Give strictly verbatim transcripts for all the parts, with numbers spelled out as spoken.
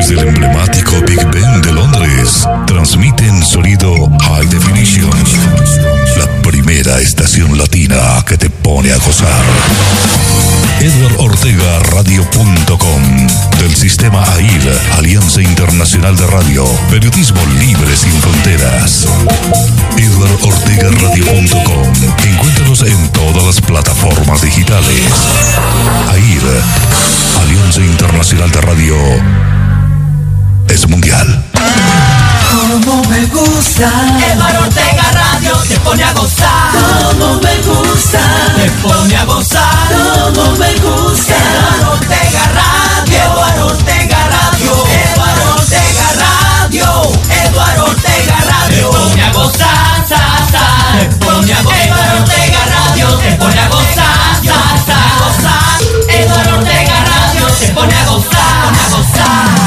Desde el emblemático Big Ben de Londres, transmiten sonido High Definition, la primera estación latina que te pone a gozar. Edward Ortega Radio punto com, del sistema A I R, Alianza Internacional de Radio, periodismo libre sin fronteras. Edward Ortega Radio punto com, encuéntranos en todas las plataformas digitales. A I R, Alianza Internacional de Radio, es mundial. Como me gusta, Edward Ortega Radio te pone a gozar. como me gusta, Te pone a gozar. como me gusta. Edward Ortega Radio. Edward Ortega Radio. Edward Ortega Radio. Edward Ortega Radio. Te pone a gozar, sa, sa. Te pone a gozar. Edward Ortega Radio te pone a gozar, sa, sa. Edward Ortega Radio te pone a gozar, pone a gozar.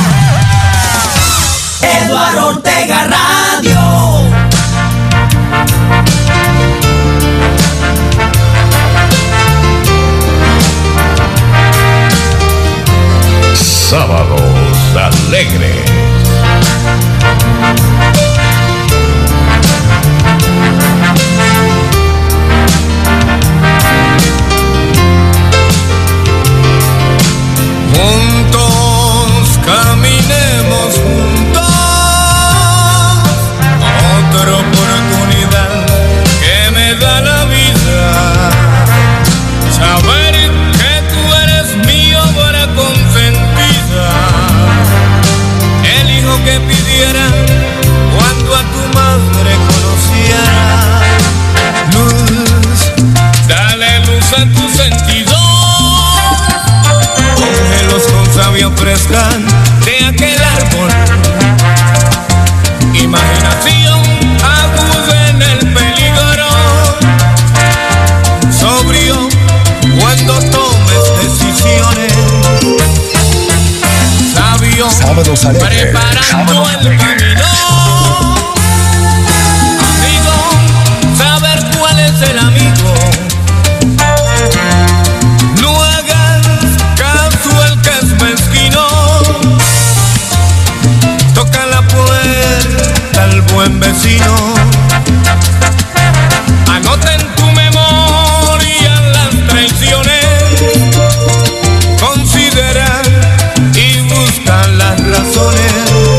Edward Ortega Radio. Sábados Alegres. Juntos caminemos juntos, otra oportunidad que me da la vida. Saber que tú eres mi obra consentida, el hijo que pidiera cuando a tu madre conociera. Luz, dale luz a tu sentido. Cógelos con savia fresca de aquel árbol. Imaginación aguda en el peligro. Sobrio cuando tomes decisiones. Sabio Sábados Alegres. preparando el camino. Amigo, saber cuál es el amigo. No hagas caso al que es mezquino. Toca la puerta al buen vecino. Anota en tu memoria las traiciones. Considera y busca las razones.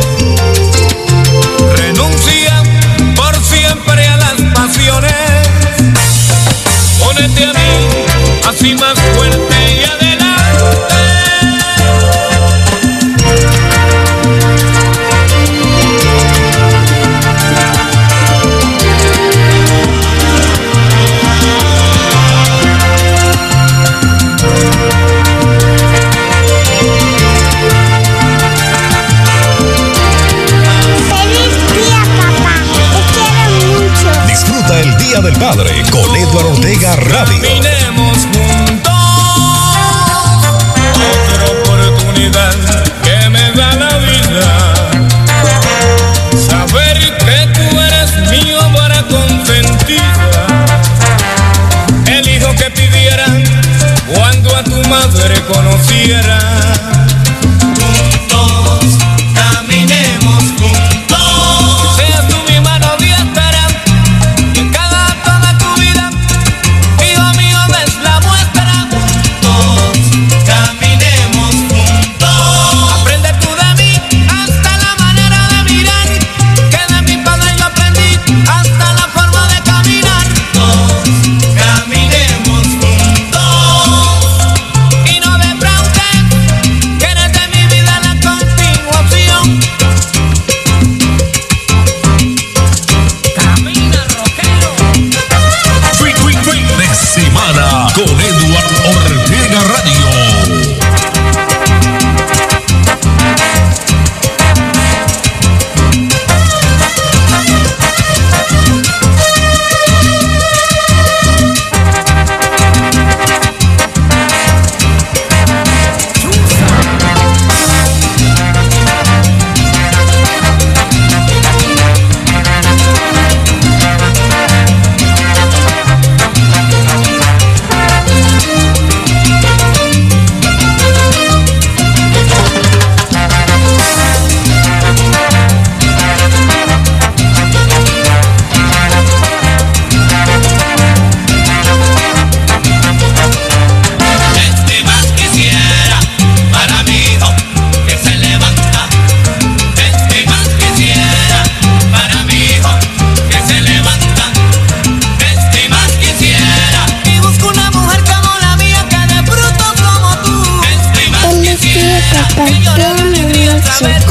Renuncia por siempre a las pasiones. Pónete a mí, así más fuerte y adelante. Feliz día, papá. Te quiero mucho. Disfruta el Día del Padre con Edward Ortega Radio. Caminemos juntos, otra oportunidad que me da la vida. Saber que tú eres mi obra consentida, el hijo que pidiera cuando a tu madre conociera. Juntos, caminemos juntos. Seas tú mi mano diestra y en cada acto de tu vida, hijo mío, des la muestra. Juntos, caminemos juntos. Aprende tú de mí hasta la manera de mirar, que de mi padre yo aprendí hasta la forma de caminar. Juntos, caminemos juntos. Y no defraudes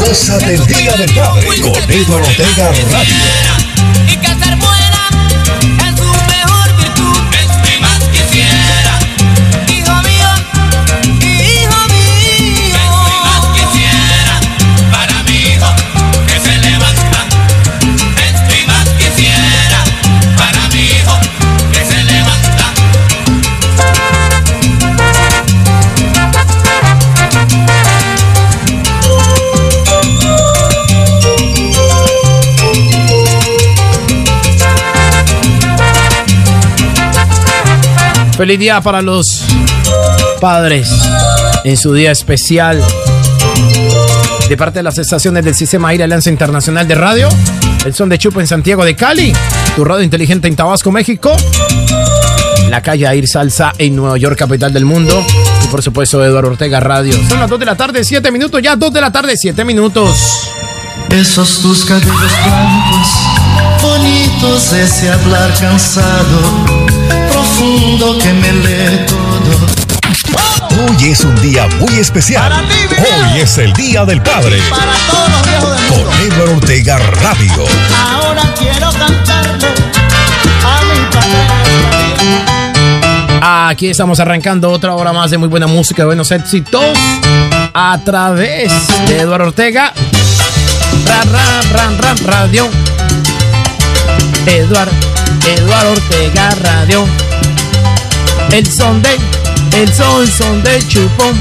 Goza del Día del Padre con Eduardo Ortega Radio. Y que ser buena es su mejor virtud. Es mi más quisiera, hijo mío, hijo mío. Es mi más quisiera para mi hijo que se levanta. Es mi más quisiera para mi hijo que se levanta. Feliz día para los padres en su día especial. De parte de las estaciones del Sistema Aire Alianza Internacional de Radio, el Son de Chupo en Santiago de Cali, tu radio inteligente en Tabasco, México, la calle Air Salsa en Nueva York, capital del mundo, y por supuesto Eduardo Ortega Radio. Son las dos de la tarde, siete minutos, ya dos de la tarde, siete minutos. Esos tus cabellos blancos, bonitos, ese hablar cansado, profundo que me lee todo. Hoy es un día muy especial. Hoy es el Día del Padre. Para todos los viejos del mundo. Con Eduardo Ortega Radio. Ahora quiero cantarle a mi padre. Aquí estamos arrancando otra hora más de muy buena música, de buenos éxitos, a través de Eduardo Ortega Ran, ran, ran, ran, Radio. Eduardo, Eduardo Ortega Radio. El son de, el son, son de Chupón.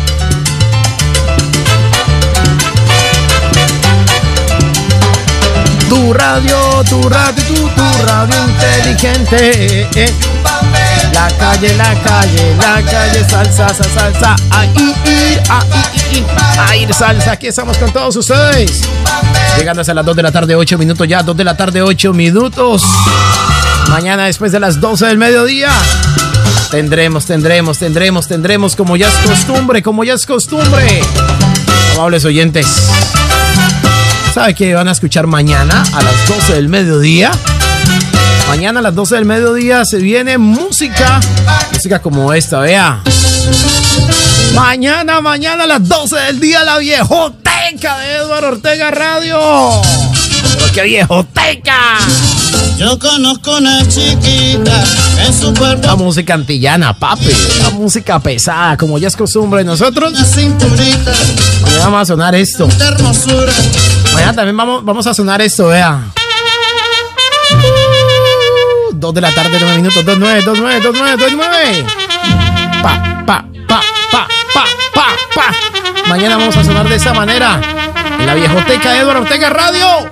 Tu radio, tu radio, tu, tu radio inteligente. Eh. La calle, la calle, la calle, salsa, salsa, salsa. Ahí, ir, ahí, ir, ahí, salsa. Aquí estamos con todos ustedes. Llegando hasta las dos de la tarde, ocho minutos ya. dos de la tarde, ocho minutos. Mañana después de las doce del mediodía. Tendremos, tendremos, tendremos, tendremos, como ya es costumbre, como ya es costumbre. Amables oyentes, ¿sabe qué van a escuchar mañana a las doce del mediodía? Mañana a las doce del mediodía se viene música, música como esta, vea. Mañana, mañana a las doce del día, la viejoteca de Eduardo Ortega Radio. Pero qué viejoteca. Yo conozco una chiquita en su cuerpo. La música antillana, papi. La música pesada, como ya es costumbre de nosotros. Una cinturita. Mañana vamos a sonar esto. De hermosura. Mañana también vamos, vamos a sonar esto, vea. Dos de la tarde, nueve minutos. Dos, nueve, dos, nueve, dos, nueve, dos, nueve. Pa, pa, pa, pa, pa, pa, pa. Mañana vamos a sonar de esa manera. En la viejoteca de Eduardo Ortega Radio.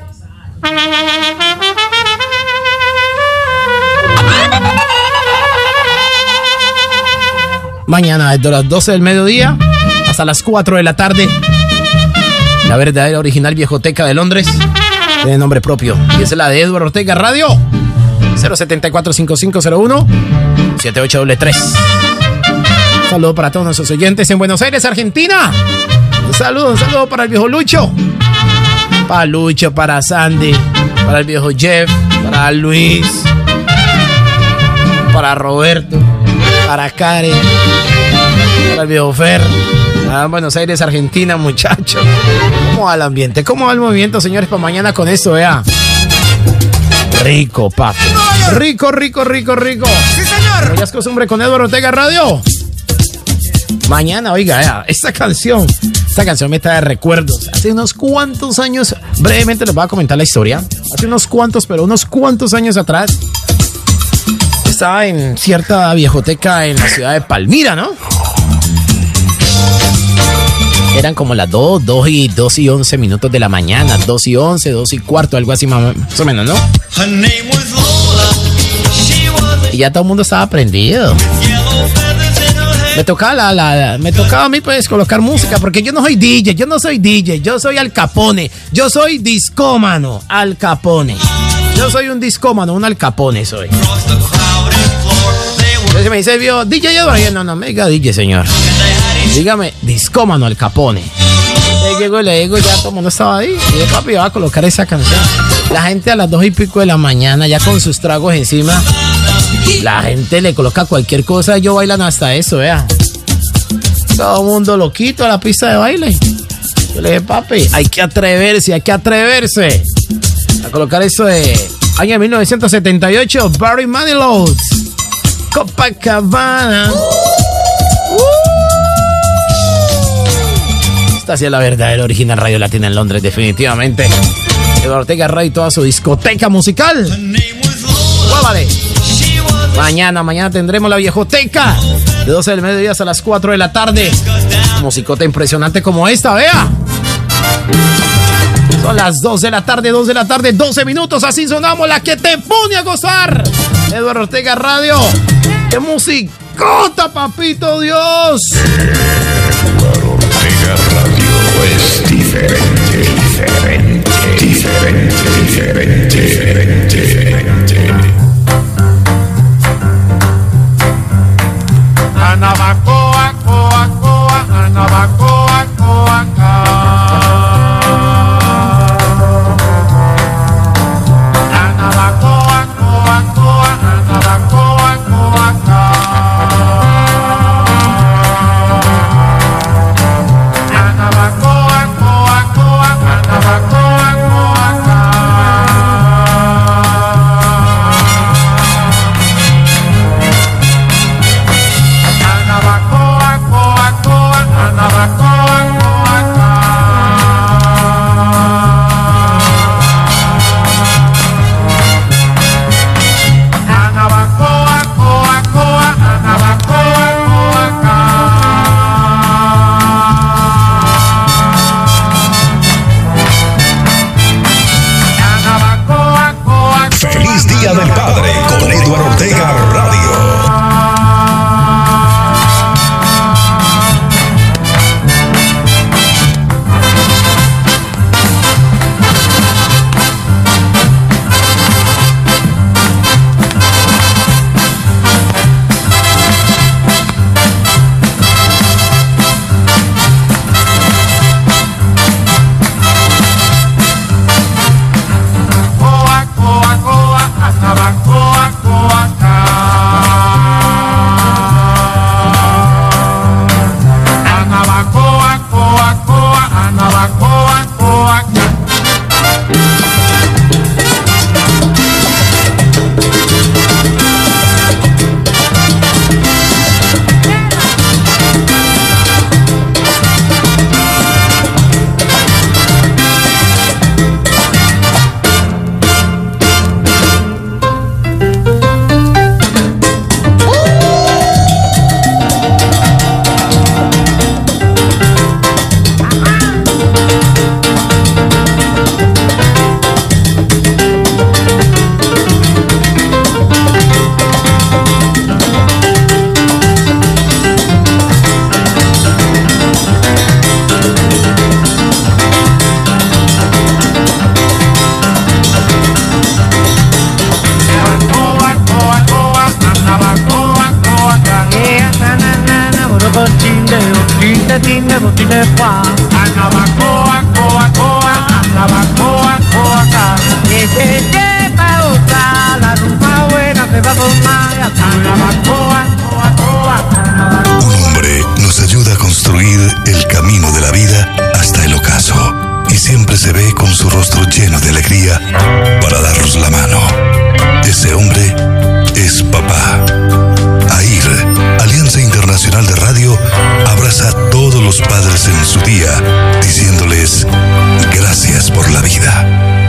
Mañana desde las doce del mediodía hasta las cuatro de la tarde. La verdadera original viejoteca de Londres. Tiene nombre propio. Y es la de Eduardo Ortega Radio. cero siete cuatro cinco cinco cero uno siete ocho tres tres. Un saludo para todos nuestros oyentes en Buenos Aires, Argentina. Un saludo, un saludo para el viejo Lucho. Para Lucho, para Sandy, para el viejo Jeff, para Luis, para Roberto, para Karen, para el viejo Fer. Ah, Buenos Aires, Argentina, muchachos. ¿Cómo va el ambiente? ¿Cómo va el movimiento, señores, para mañana con esto, vea? Rico, papi. Rico, rico, rico, rico. Sí, señor. Como ya es costumbre con Eduardo Ortega Radio. Mañana, oiga, vea, esta canción, esta canción me trae recuerdos. Hace unos cuantos años, brevemente les voy a comentar la historia. Hace unos cuantos, pero unos cuantos años atrás, estaba en cierta viejoteca en la ciudad de Palmira, ¿no? Eran como las dos, dos y dos y once minutos de la mañana, dos y once, dos y cuarto, algo así más o menos, ¿no? Y ya todo el mundo estaba prendido. Me tocaba la, la, la, me tocaba a mí pues colocar música, porque yo no soy D J, yo no soy D J, yo soy Al Capone, yo soy discómano, Al Capone. Yo soy un discómano, un Al Capone soy. Entonces me dice, vio, D J Eduardo, yo, no, no me diga D J, señor. Dígame, discómano Al Capone. Le llego y le digo, ya todo el mundo estaba ahí. Y yo, papi, va a colocar esa canción. La gente a las dos y pico de la mañana, ya con sus tragos encima, la gente le coloca cualquier cosa. Ellos bailan hasta eso, vea. Todo el mundo loquito a la pista de baile. Yo le dije, papi, hay que atreverse, hay que atreverse a colocar eso de año mil novecientos setenta y ocho, Barry Manilow, Copacabana. Uh. Esta sí es la verdadera original Radio Latina en Londres, definitivamente. Eduardo Ortega Radio y toda su discoteca musical. ¡Muévale! Mañana, mañana tendremos la viejoteca de doce del mediodía hasta las cuatro de la tarde. Musicota impresionante como esta, vea. Son las dos de la tarde, dos de la tarde, doce minutos. Así sonamos, la que te pone a gozar. Eduardo Ortega Radio. ¡Qué musicota, papito Dios! Eduardo Ortega Radio es diferente, diferente, diferente, diferente, diferente, diferente. Anabacoa, coa, coa, anabacoa, coa, anabacoa, coa, coa, anabacoa, coa, anabacoa, coa, coa, anabacoa, Día del Padre con Eduardo Ortega Radio. Un hombre nos ayuda a construir el camino de la vida hasta el ocaso y siempre se ve con su rostro lleno de alegría para darnos la mano. Ese hombre es papá. AIR, Alianza Internacional de Radio, abraza a todos los padres en su día, diciéndoles gracias por la vida.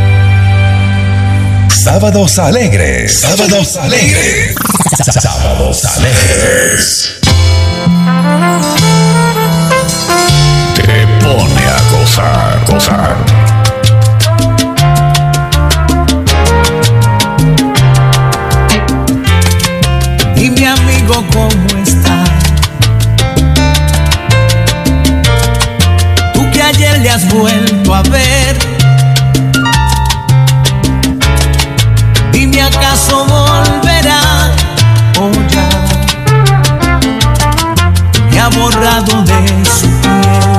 Sábados alegres. Sábados alegres. Sábados alegres. Te pone a gozar, gozar. Y mi amigo, ¿cómo estás? Tú que ayer le has vuelto a ver. Dime, ¿acaso volverá o ya me ha borrado de su piel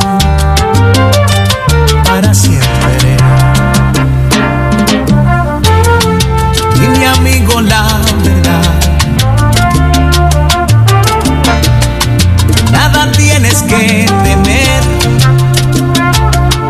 para siempre? Y mi amigo, la verdad, nada tienes que temer,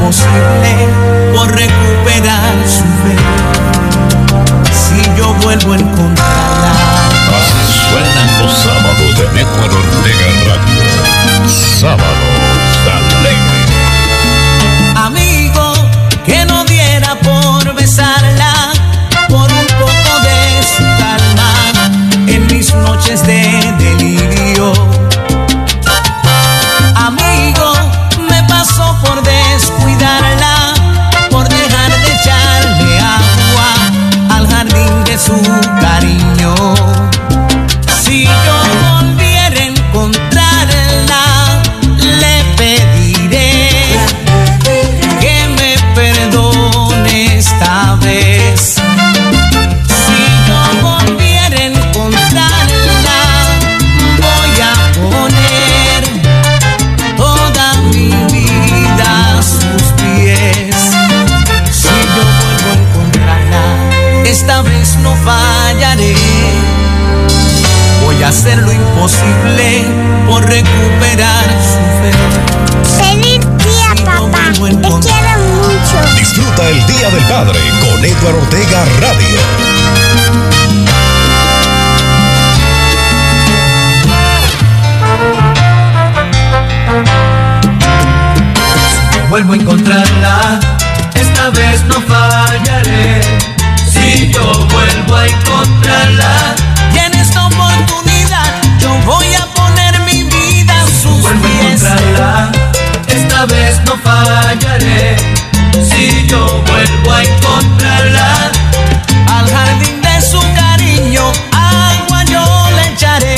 imposible por recuperar su fe. Si yo vuelvo a encontrarla. Así suenan los sábados de Network Ortega Radio. Sábados alegres. Amigo, que no diera por besarla, por un poco de su calma en mis noches de delirio. Amigo, me pasó por descuidarla, por dejar de echarle agua al jardín de su cariño. Si yo volviera a encontrarla, le pediré que me perdone esta vez. Si yo volviera a encontrarla, voy a poner toda mi vida a sus pies. Si yo vuelvo a encontrarla, esta vez no fallaré. Voy a hacer lo imposible por recuperar su fe. Feliz día, Si yo papá. vuelvo a Te encontrar- quiero mucho. Disfruta el Día del Padre con Edward Ortega Radio. Vuelvo a encontrarla, esta vez no fallaré. Si yo vuelvo a encontrarla, y en esta oportunidad yo voy a poner mi vida a sus vuelvo pies. Vuelvo a encontrarla, esta vez no fallaré. Si yo vuelvo a encontrarla, al jardín de su cariño agua yo le echaré.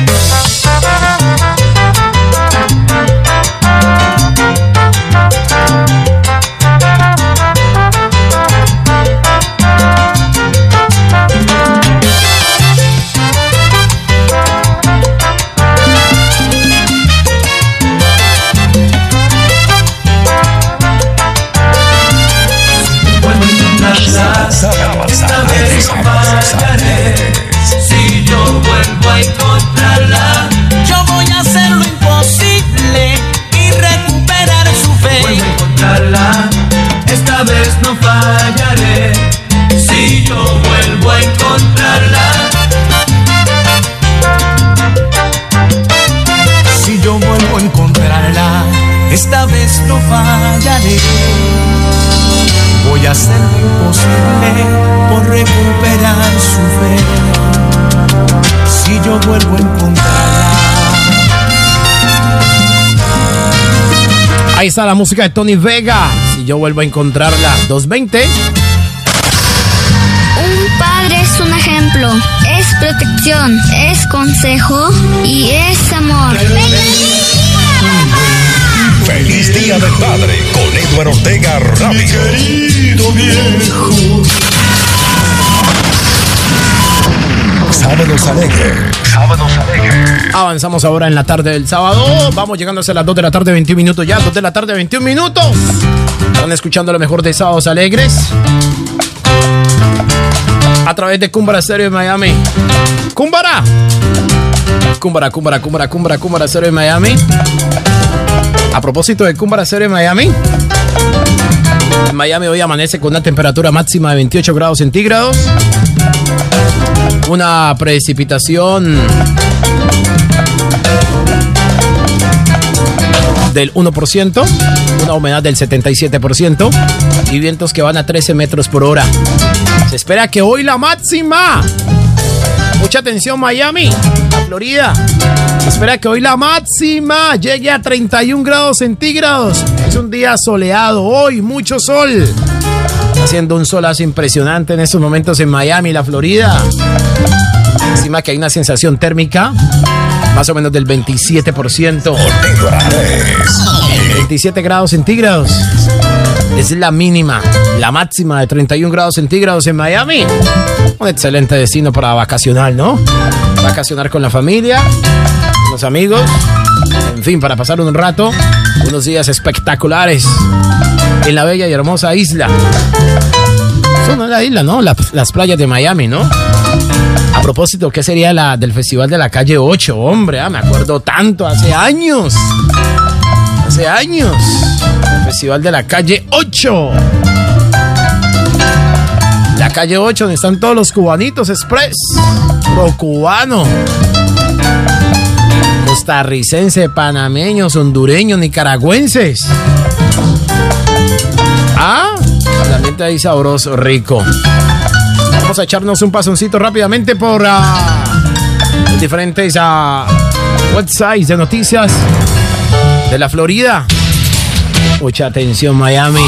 Vuelvo a encontrarla, Sábados esta vez alegres. no fallaré. Si yo vuelvo a encontrarla, yo voy a hacer lo imposible y recuperar su fe. Vuelvo a encontrarla, esta vez no fallaré. Si yo vuelvo a encontrarla, si yo vuelvo a encontrarla, esta vez no fallaré. Voy a hacer lo imposible por recuperar su fe. Si yo vuelvo a encontrarla. Ahí está la música de Tony Vega. Si yo vuelvo a encontrarla. dos veinte. Un padre es un ejemplo, es protección, es consejo y es amor. Feliz Día del Padre con Edward Ortega Radio. Querido viejo. Sábados alegres. Sábados alegres. Avanzamos ahora en la tarde del sábado. Vamos llegando hacia las dos de la tarde, veintiún minutos ya. dos de la tarde, veintiún minutos. Están escuchando lo mejor de Sábados Alegres a través de Cumbara Stereo de Miami. ¡Cumbara! Cumbara, Cumbara, Cumbara, Cumbara, Cumbara Stereo de Miami. A propósito de Cumbara Stereo de Miami, en Miami hoy amanece con una temperatura máxima de veintiocho grados centígrados. Una precipitación del uno por ciento, una humedad del setenta y siete por ciento y vientos que van a trece metros por hora. Se espera que hoy la máxima, mucha atención Miami, la Florida, se espera que hoy la máxima llegue a treinta y un grados centígrados. Es un día soleado hoy, mucho sol. Está haciendo un solazo impresionante en estos momentos en Miami, la Florida. Encima que hay una sensación térmica más o menos del veintisiete por ciento. veintisiete grados centígrados. Es la mínima. La máxima de treinta y un grados centígrados en Miami. Un excelente destino para vacacionar, ¿no? Vacacionar con la familia, con los amigos. En fin, para pasar un rato, unos días espectaculares en la bella y hermosa isla. Eso no es la isla, ¿no? Las, las playas de Miami, ¿no? A propósito, ¿qué sería la del Festival de la Calle ocho? Hombre, ah, me acuerdo tanto, hace años. Hace años. El Festival de la calle ocho. La calle ocho, donde están todos los cubanitos express. Pro cubano. Costarricense, panameños, hondureños, nicaragüenses. Ah, el ambiente ahí sabroso, rico. Vamos a echarnos un pasoncito rápidamente por uh, diferentes uh, websites de noticias de la Florida. Mucha atención, Miami.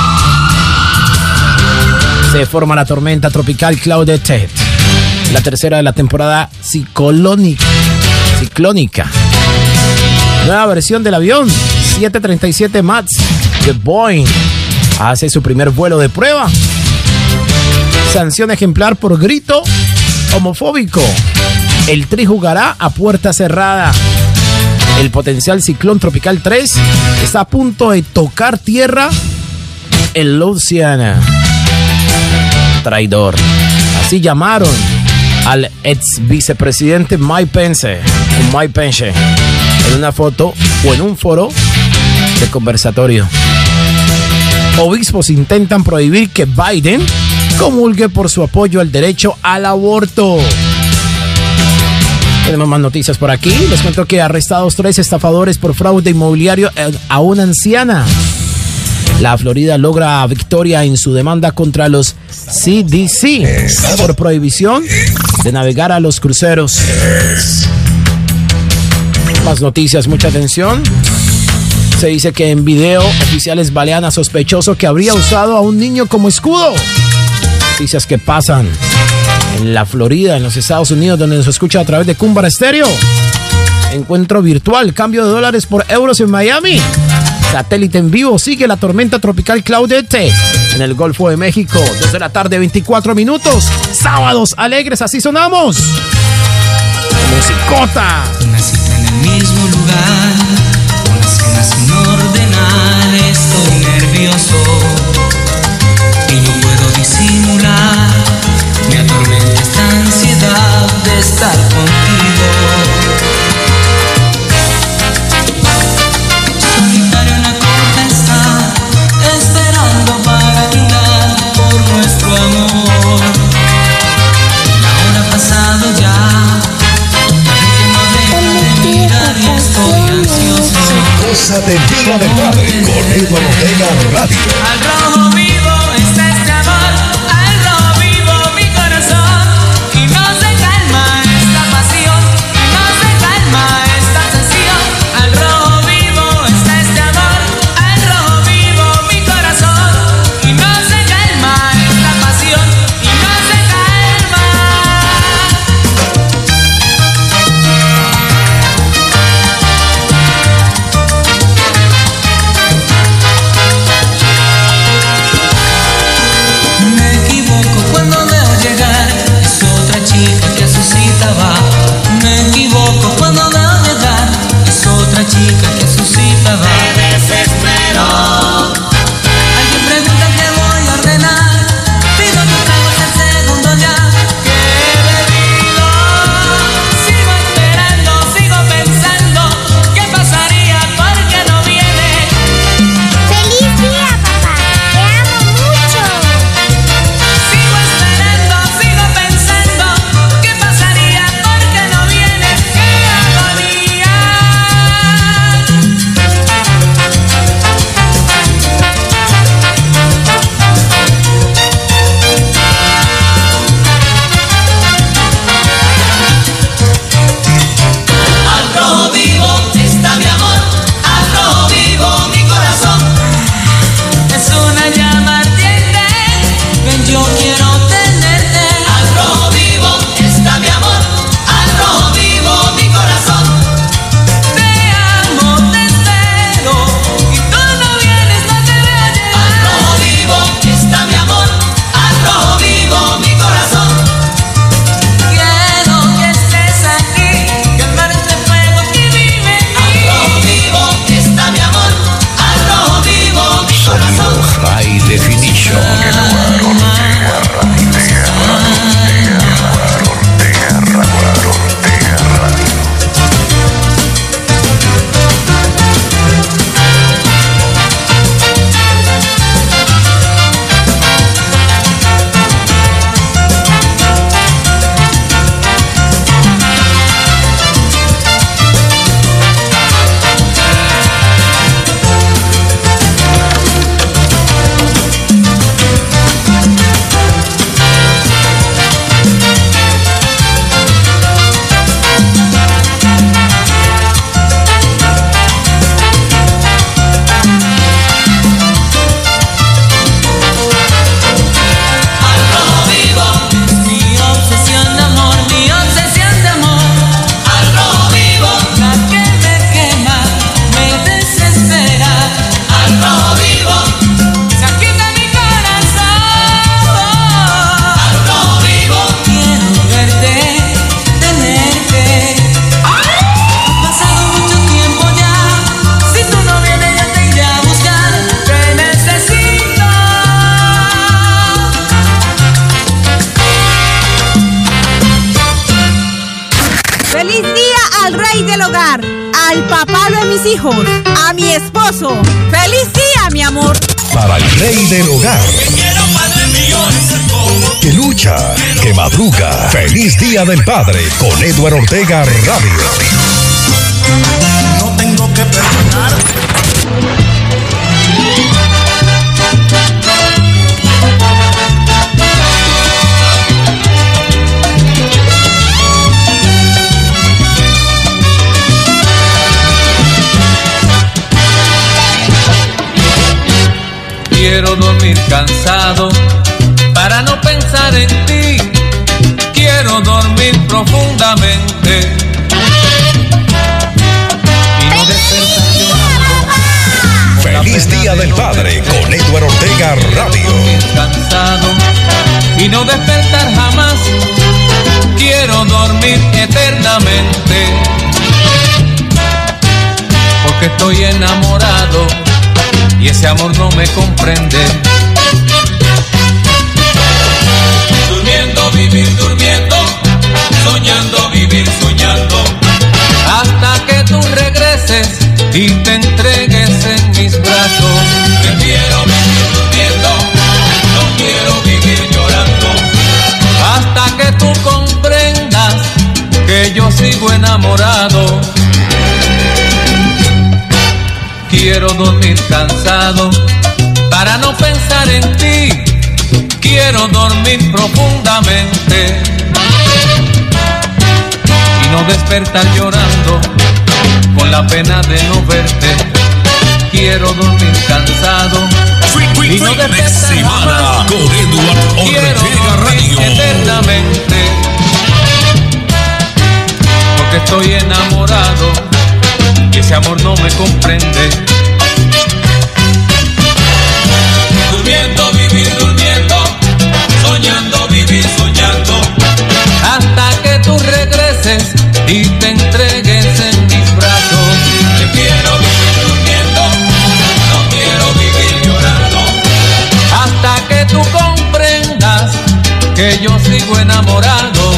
Se forma la tormenta tropical Claudette, la tercera de la temporada ciclónica. ciclónica. Nueva versión del avión siete treinta y siete MAX de Boeing hace su primer vuelo de prueba. Sanción ejemplar por grito homofóbico. El Tri jugará a puerta cerrada. El potencial ciclón tropical tres está a punto de tocar tierra en Louisiana. Traidor. Así llamaron al ex vicepresidente Mike Pence, o Mike Pence, en una foto o en un foro de conversatorio. Obispos intentan prohibir que Biden comulgue por su apoyo al derecho al aborto. Tenemos más noticias por aquí. Les cuento que arrestados tres estafadores por fraude inmobiliario a una anciana. La Florida logra victoria en su demanda contra los C D C por prohibición de navegar a los cruceros. Más noticias, mucha atención. Se dice que en video oficiales balean a sospechoso que habría usado a un niño como escudo. Noticias que pasan en la Florida, en los Estados Unidos, donde nos escucha a través de Cumbar Estéreo. Encuentro virtual, cambio de dólares por euros en Miami. Satélite en vivo, sigue la tormenta tropical Claudette en el Golfo de México. Desde la tarde, veinticuatro minutos. Sábados alegres, así sonamos. Musicota. Una cita en el mismo lugar, una cena sin ordenar. Estoy nervioso y no puedo disimular. Me atormenta esta ansiedad de estar contigo. Solitario en la costa está, esperando para brindar por nuestro amor. La hora ha pasado ya, la gente no deja de mirar y estoy ansioso. Cosa de Vida del Padre con Eduardo Ortega Radio. Al rojo vivo está este amor, al rojo vivo mi corazón, y no se calma esta pasión, y no se calma esta obsesión. Al rojo vivo está este amor, al rojo vivo mi corazón, y no se calma esta pasión, y no se calma. el papá de mis hijos, a mi esposo. ¡Feliz día, mi amor! Para el rey del hogar, que lucha, que madruga. Feliz Día del Padre con Eduardo Ortega Radio. No tengo que perdonar. Quiero dormir cansado para no pensar en ti. Quiero dormir profundamente y no despertar llorando. Feliz Día del Padre con Eduardo Ortega Radio. Cansado y no despertar jamás. Quiero dormir eternamente porque estoy enamorado y ese amor no me comprende. Durmiendo, vivir durmiendo, soñando, vivir soñando, hasta que tú regreses y te entregues en mis brazos. Prefiero vivir durmiendo, no quiero vivir llorando, hasta que tú comprendas que yo sigo enamorado. Quiero dormir cansado para no pensar en ti. Quiero dormir profundamente y no despertar llorando con la pena de no verte. Quiero dormir cansado y no despertar jamás. Quiero dormir eternamente porque estoy enamorado y ese amor no me comprende. Durmiendo, vivir durmiendo, soñando, vivir soñando, hasta que tú regreses y te entregues en mis brazos. Te quiero vivir durmiendo, no quiero vivir llorando, hasta que tú comprendas que yo sigo enamorado.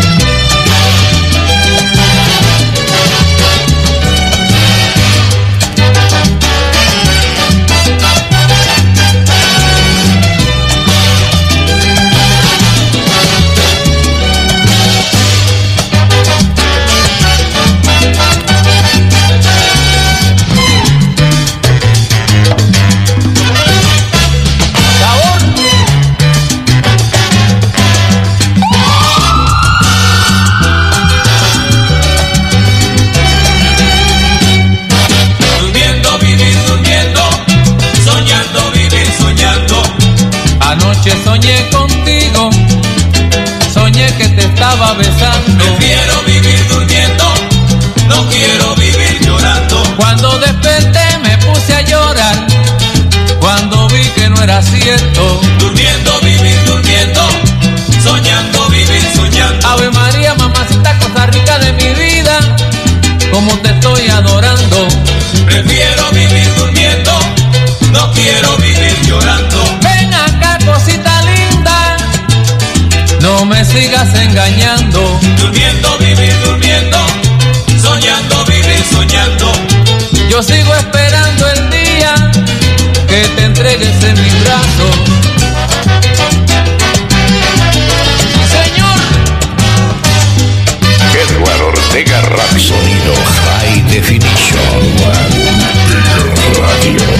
Anoche soñé contigo, soñé que te estaba besando. Prefiero vivir durmiendo, no quiero vivir llorando. Cuando desperté me puse a llorar, cuando vi que no era cierto. Durmiendo, vivir durmiendo, soñando, vivir soñando. Ave María, mamacita, cosa rica de mi vida, como te estoy adorando. Prefiero vivir durmiendo, no quiero vivir llorando. Cosita linda, no me sigas engañando. Durmiendo, vivir durmiendo, soñando, vivir soñando. Yo sigo esperando el día que te entregues en mis brazos. Señor. Eduardo Ortega Radio. Sonido High Definition. Radio.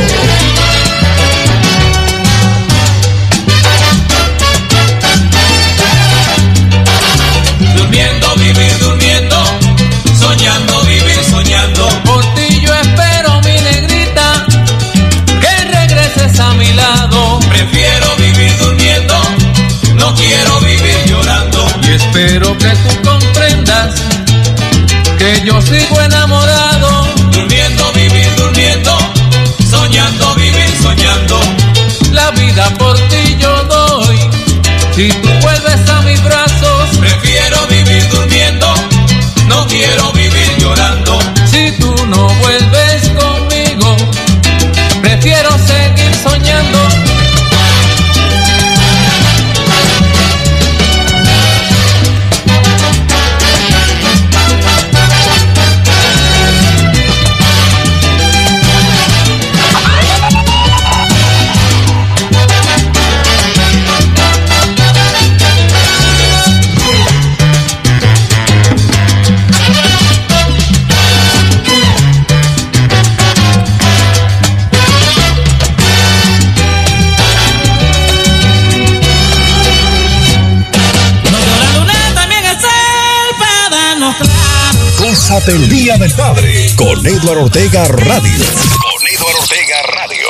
Durmiendo, vivir durmiendo, soñando, vivir soñando. Por ti yo espero, mi negrita, que regreses a mi lado. Prefiero vivir durmiendo, no quiero vivir llorando. Y espero que tú comprendas que yo sigo enamorado. Durmiendo, vivir durmiendo, soñando, vivir soñando. La vida por ti yo doy, si tú vuelves a mis brazos. Prefiero vivir durmiendo, no quiero vivir llorando. Si tú no vuelves conmigo, prefiero seguir soñando. Pásate el Día del Padre con Eduardo Ortega Radio. Con Eduardo Ortega Radio.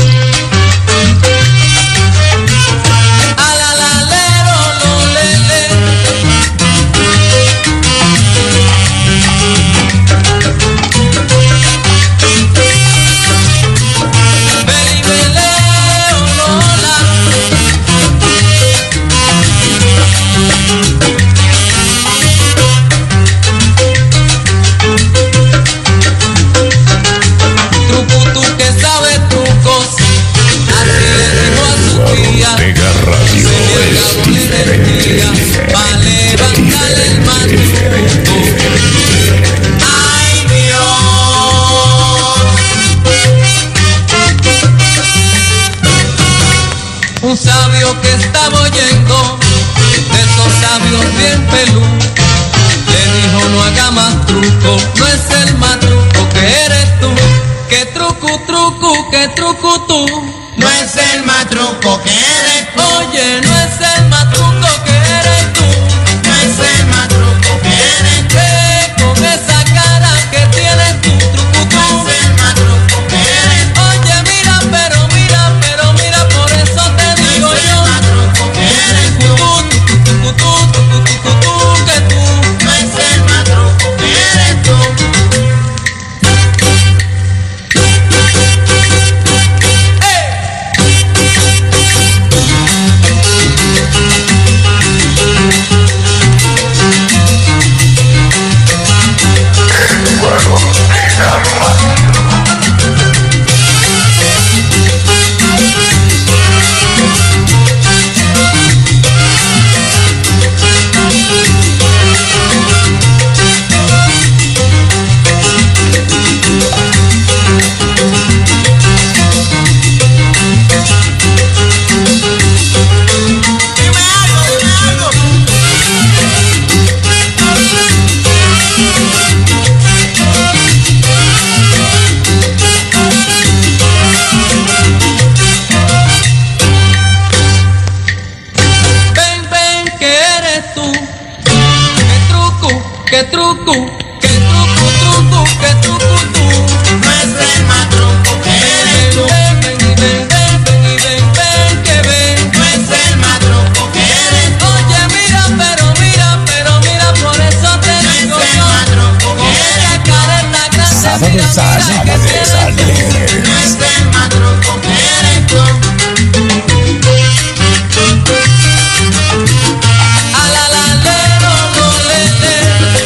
Ortega Radio es diferente. Vale, levantar el manto. Ay, Dios. Un sabio que estaba oyendo, de esos sabios bien pelú, le dijo: no haga más truco, no es el más truco que eres tú. Que truco, truco, que truco tú. No es el matruco que eres tú. Oye, no es el matruco que eres tú. No es el matruco que eres tú. Ve con esa cara que tienes tú, truco tú. No es el matruco que eres tú. Oye, mira, pero mira, pero mira, por eso te digo yo. No es el matruco que eres tú. Tú, tú, tú, tú, tú, tú, tú, que tú. No es el matruco que eres tú. Que truco, que truco, truco, que truco tú. No es el más truco que eres tú. Ven, ven, y ven, ven, ven, y ven, ven, que ven. No es el más truco que eres tú. Oye, mira, pero mira, pero mira, por eso te no digo yo. No es el más truco que eres tú. Careta grande, Sábado, mira, sábado, mira, que tienes sábado. tú. No es el más truco que eres tú. A la la le, no, no le, le.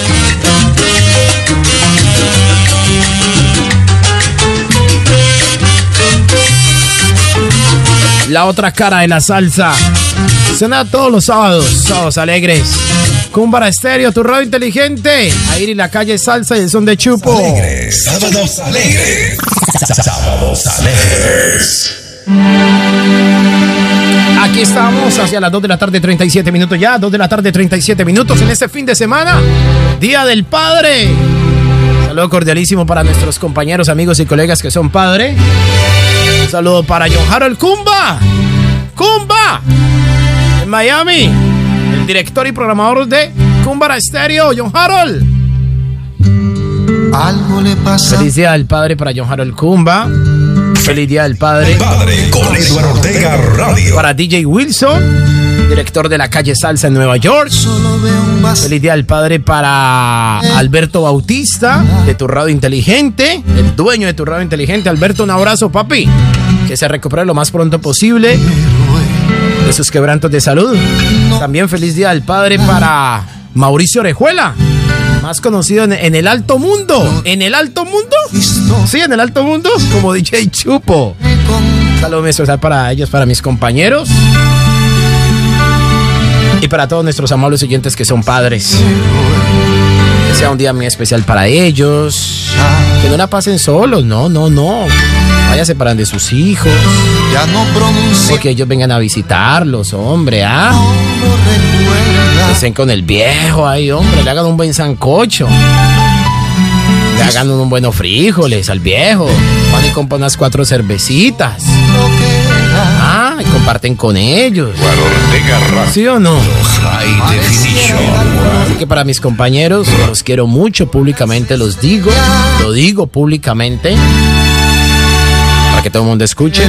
La otra cara de la salsa. Suena todos los sábados, sábados alegres. Cúmbara Estéreo, tu radio inteligente. Ahí en la calle Salsa y el son de Chupo. Alegres, sábados alegres. Sábados alegres. Aquí estamos hacia las dos de la tarde, treinta y siete minutos ya. dos de la tarde, treinta y siete minutos en este fin de semana. Día del Padre. Saludo cordialísimo para nuestros compañeros, amigos y colegas que son padres. Un saludo para John Harold Cumba. Cumba. En Miami. El director y programador de Cúmbara Estéreo, John Harold. Algo le pasa. Feliz Día del Padre para John Harold Cumba. Feliz Día del Padre. Padre con Eduardo Ortega Radio. Para D J Wilson, director de la calle Salsa en Nueva York. Feliz Día del Padre para Alberto Bautista, de tu radio inteligente, el dueño de tu radio inteligente. Alberto, un abrazo, papi. Que se recupere lo más pronto posible de sus quebrantos de salud. También feliz Día del Padre para Mauricio Orejuela, más conocido en, en el alto mundo. ¿En el alto mundo? Sí, en el alto mundo, como D J Chupo. Saludos especial para ellos, para mis compañeros y para todos nuestros amables oyentes que son padres. Que sea un día muy especial para ellos. Que no la pasen solos, no, no, no. Vaya, separan de sus hijos. Ya no pronuncie. O que ellos vengan a visitarlos, hombre, ¿ah? Que estén con el viejo ahí, hombre. Le hagan un buen sancocho. Le hagan unos buenos frijoles al viejo. Van y compran unas cuatro cervecitas. Ah, y comparten con ellos. ¿Sí o no? Así que para mis compañeros, los quiero mucho, públicamente los digo, lo digo públicamente, para que todo el mundo escuche.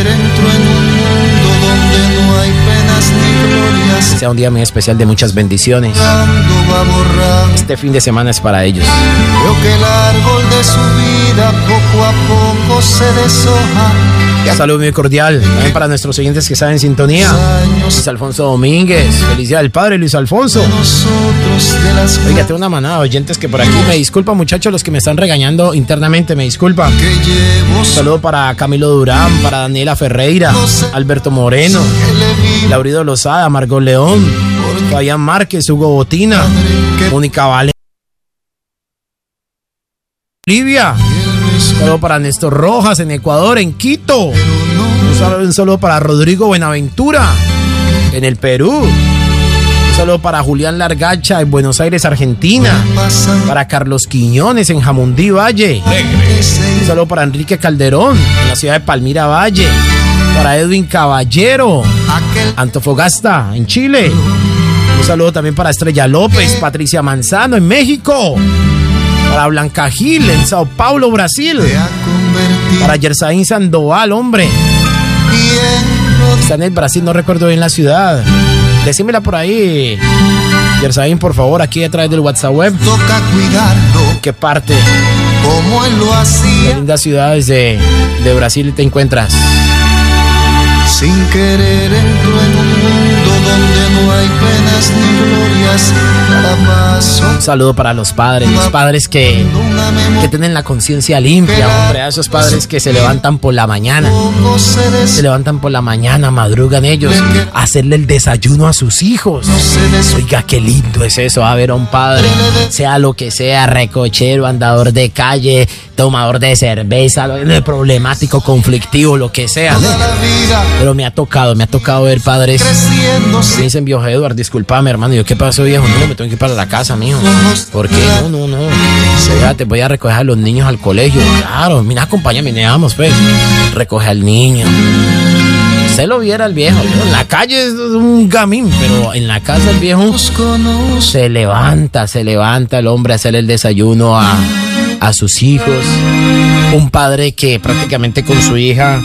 Que sea un día muy especial de muchas bendiciones. Este fin de semana es para ellos. Veo que el árbol de su vida poco a poco se deshoja. Un saludo muy cordial también para nuestros oyentes que están en sintonía. Luis Alfonso Domínguez, feliz día del padre, Luis Alfonso. Oiga, tengo una manada de oyentes que por aquí me disculpan, muchachos, los que me están regañando internamente, me disculpan. Un saludo para Camilo Durán, para Daniela Ferreira, Alberto Moreno, Laurido Lozada, Margot León, Fabián Márquez, Hugo Botina, Mónica Vale, Bolivia. Un saludo para Néstor Rojas en Ecuador, en Quito. Un saludo, un saludo para Rodrigo Buenaventura en el Perú. Un saludo para Julián Largacha en Buenos Aires, Argentina. Para Carlos Quiñones en Jamundí Valle. Un saludo para Enrique Calderón en la ciudad de Palmira Valle. Para Edwin Caballero, Antofagasta en Chile. Un saludo también para Estrella López, Patricia Manzano en México. Para Blanca Gil en Sao Paulo, Brasil. Para Yersaín Sandoval, hombre. Está en el Brasil, no recuerdo bien la ciudad. Decímela por ahí, Yersaín, por favor, aquí a través del WhatsApp web. Toca cuidarlo. ¿En qué parte? Como él lo hacía. ¿En lindas ciudades de, de Brasil te encuentras? Sin querer entro en un mundo donde no hay penas ni glorias. Cada paso. Un saludo para los padres, los padres que, que tienen la conciencia limpia, hombre, a esos padres que se levantan por la mañana, se levantan por la mañana, madrugan ellos a hacerle el desayuno a sus hijos. Oiga, qué lindo es eso, a ver a un padre, sea lo que sea, recochero, andador de calle, tomador de cerveza, problemático, conflictivo, lo que sea, ¿no? Pero me ha tocado, me ha tocado ver padres. Me dicen, viejo Eduardo, disculpame, hermano. Y yo, ¿qué pasó, viejo? No, me tengo que ir para la casa, mijo. ¿Por qué? No, no, no. Fíjate, voy a recoger a los niños al colegio. Claro, mira, acompáñame, vamos, pues. Recoge al niño. Usted lo viera el viejo, ¿no? En la calle es un gamín, pero en la casa el viejo se levanta, se levanta el hombre a hacer el desayuno a, a sus hijos. Un padre que prácticamente con su hija,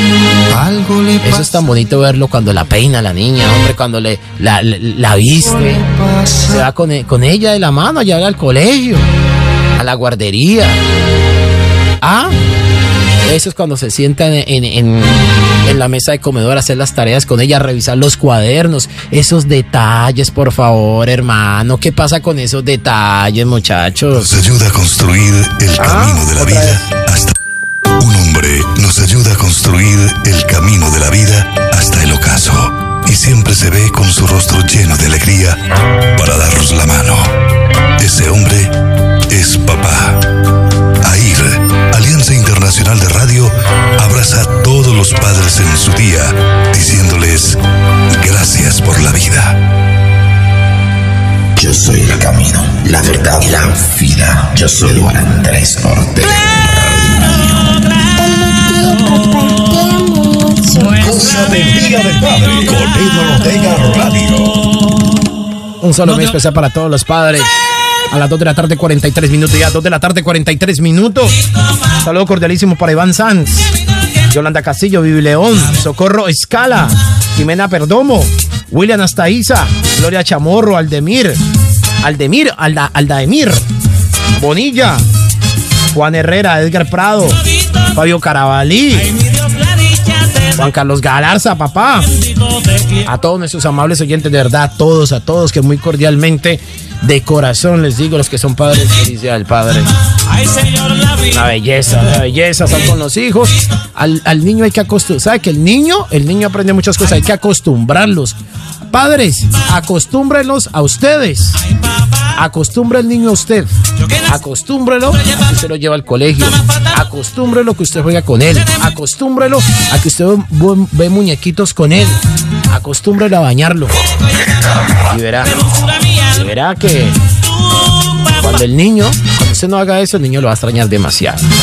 eso es tan bonito verlo cuando la peina la niña, hombre, cuando le la, la, la viste, se va con, con ella de la mano a llevar al colegio, a la guardería. Ah, eso es cuando se sientan en, en, en la mesa de comedor a hacer las tareas con ella, a revisar los cuadernos, esos detalles, por favor, hermano. ¿Qué pasa con esos detalles, muchachos? Nos ayuda a construir el camino de la vida hasta... Un hombre nos ayuda a construir el camino de la vida hasta el ocaso. Y siempre se ve con su rostro lleno de alegría para darnos la mano. Ese hombre es papá. AIR, Alianza Internacional de Radio, abraza a todos los padres en su día, diciéndoles gracias por la vida. Yo soy el camino, la verdad y la vida. Yo soy Juan Andrés Ortega. Cosa del Día del Padre con Eduardo Ortega Radio. Un saludo muy especial para todos los padres. A las dos de la tarde, cuarenta y tres minutos. Ya, dos de la tarde, cuarenta y tres minutos. Saludo cordialísimo para Iván Sanz, Yolanda Castillo, Vivi León, Socorro Escala, Jimena Perdomo, William Astaiza, Gloria Chamorro, Aldemir, Aldemir, Alda, Aldaemir, Bonilla, Juan Herrera, Edgar Prado, Fabio Carabalí, Juan Carlos Galarza, papá. A todos nuestros amables oyentes, de verdad, a todos, a todos, que muy cordialmente, de corazón les digo, los que son padres, feliz día del padre. Una belleza, una belleza, están con los hijos. Al, al niño hay que acostumbrar, ¿sabe que el niño, el niño aprende muchas cosas, hay que acostumbrarlos. Padres, acostúmbrenlos a ustedes. Acostumbre el niño a usted. Acostúmbrelo a que usted lo lleva al colegio. Acostúmbrelo a que usted juega con él. Acostúmbrelo a que usted ve muñequitos con él. Acostúmbrelo a bañarlo. Y verá, y verá que cuando el niño, cuando usted no haga eso, el niño lo va a extrañar demasiado.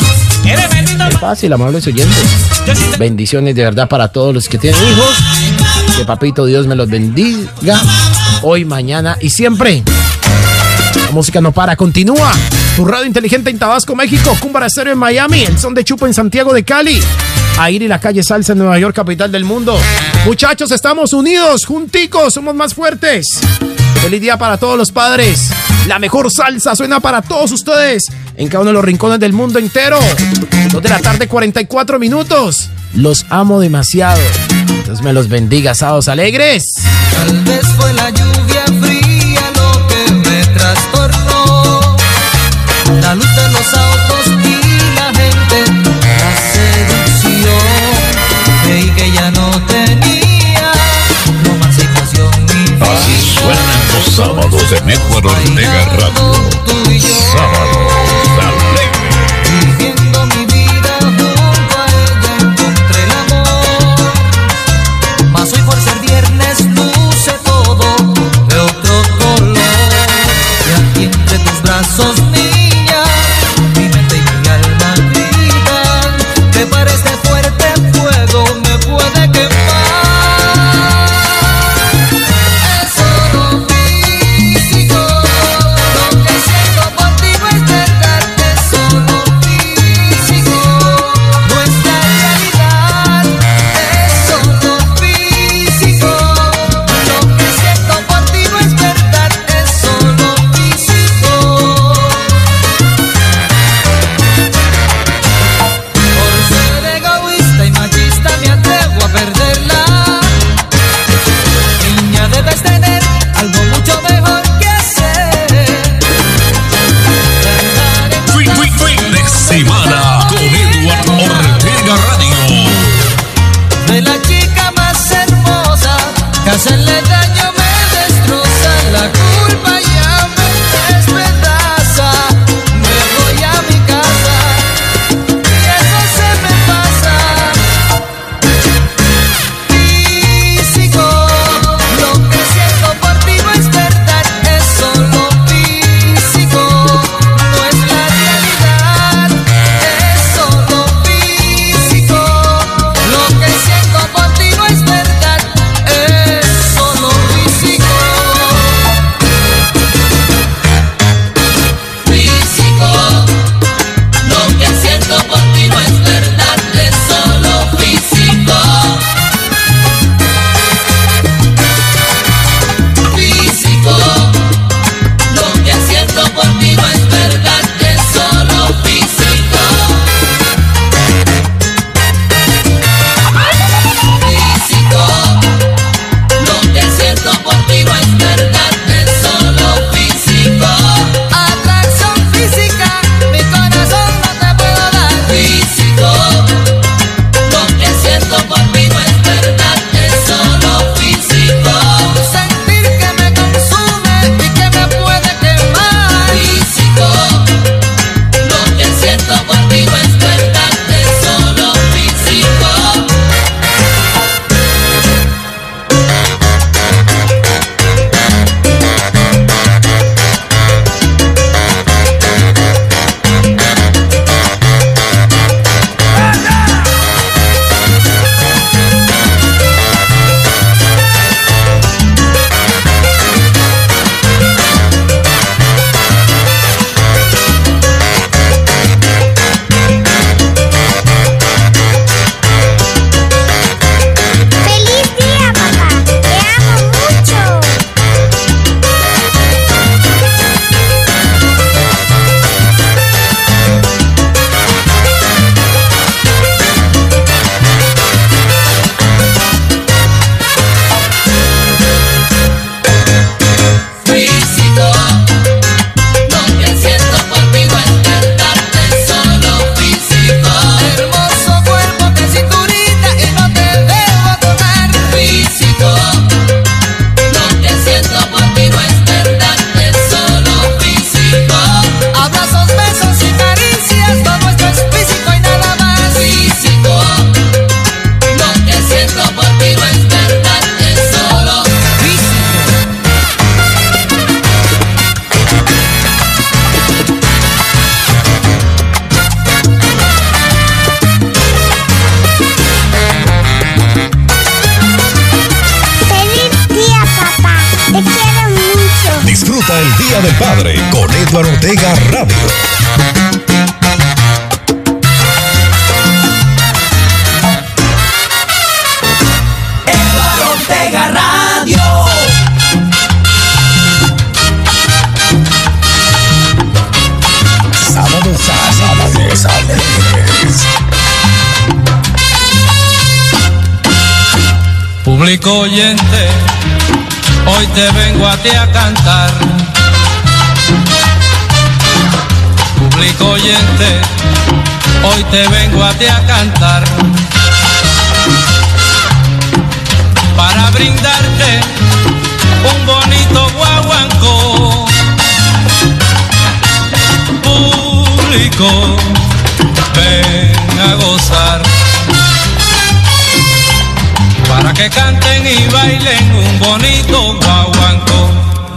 Es fácil, amables oyentes. Bendiciones de verdad para todos los que tienen hijos. Que papito Dios me los bendiga. Hoy, mañana y siempre. La música no para, continúa. Tu radio inteligente en Tabasco, México. Cúmbara Estéreo en Miami. El son de Chupo en Santiago de Cali. Air y la calle Salsa en Nueva York, capital del mundo. Muchachos, estamos unidos, junticos, somos más fuertes. Feliz día para todos los padres. La mejor salsa suena para todos ustedes en cada uno de los rincones del mundo entero. Dos de la tarde, cuarenta y cuatro minutos. Los amo demasiado. Dios me los bendiga, sábados alegres. Tal vez fue la lluvia fría lo que me trastornó. La luz de los autos y la gente, la seducción. Creí que ya no tenía romance y pasión. Así suenan los sábados de Network Ortega Radio. Sábados alegres. Viviendo mi vida junto a ella encontré el amor. Mas hoy por ser viernes luce todo de otro color. Y aquí entre tus brazos, niña, mi mente y mi alma gritan que para este fuerte fuego me puede quemar. Es solo físico, lo que siento por ti no es de Día del Padre con Eduardo Ortega Radio. Eduardo Ortega Radio. Sábados, sábados, alegres. Público oyente, hoy te vengo a ti a cantar. Público oyente, hoy te vengo a ti a cantar. Para brindarte un bonito guaguancó. Público, ven a gozar. Para que canten y bailen un bonito guaguancó.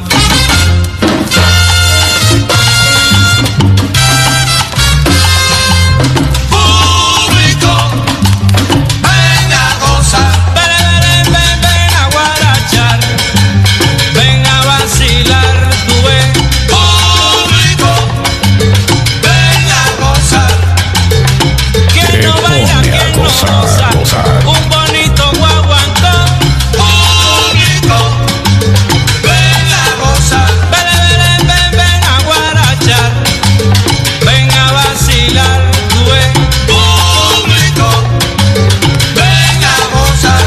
Público, ven a gozar. Ven, ven, ven, ven a guarachar. Ven a vacilar, tú ven. Público, ven a gozar. ¿Quién no baila, quién no goza? Un bonito guaguancó. Público, ven a gozar. Ven, ven, ven, ven a guarachar. Ven a vacilar, tú ves. Público, ven a gozar.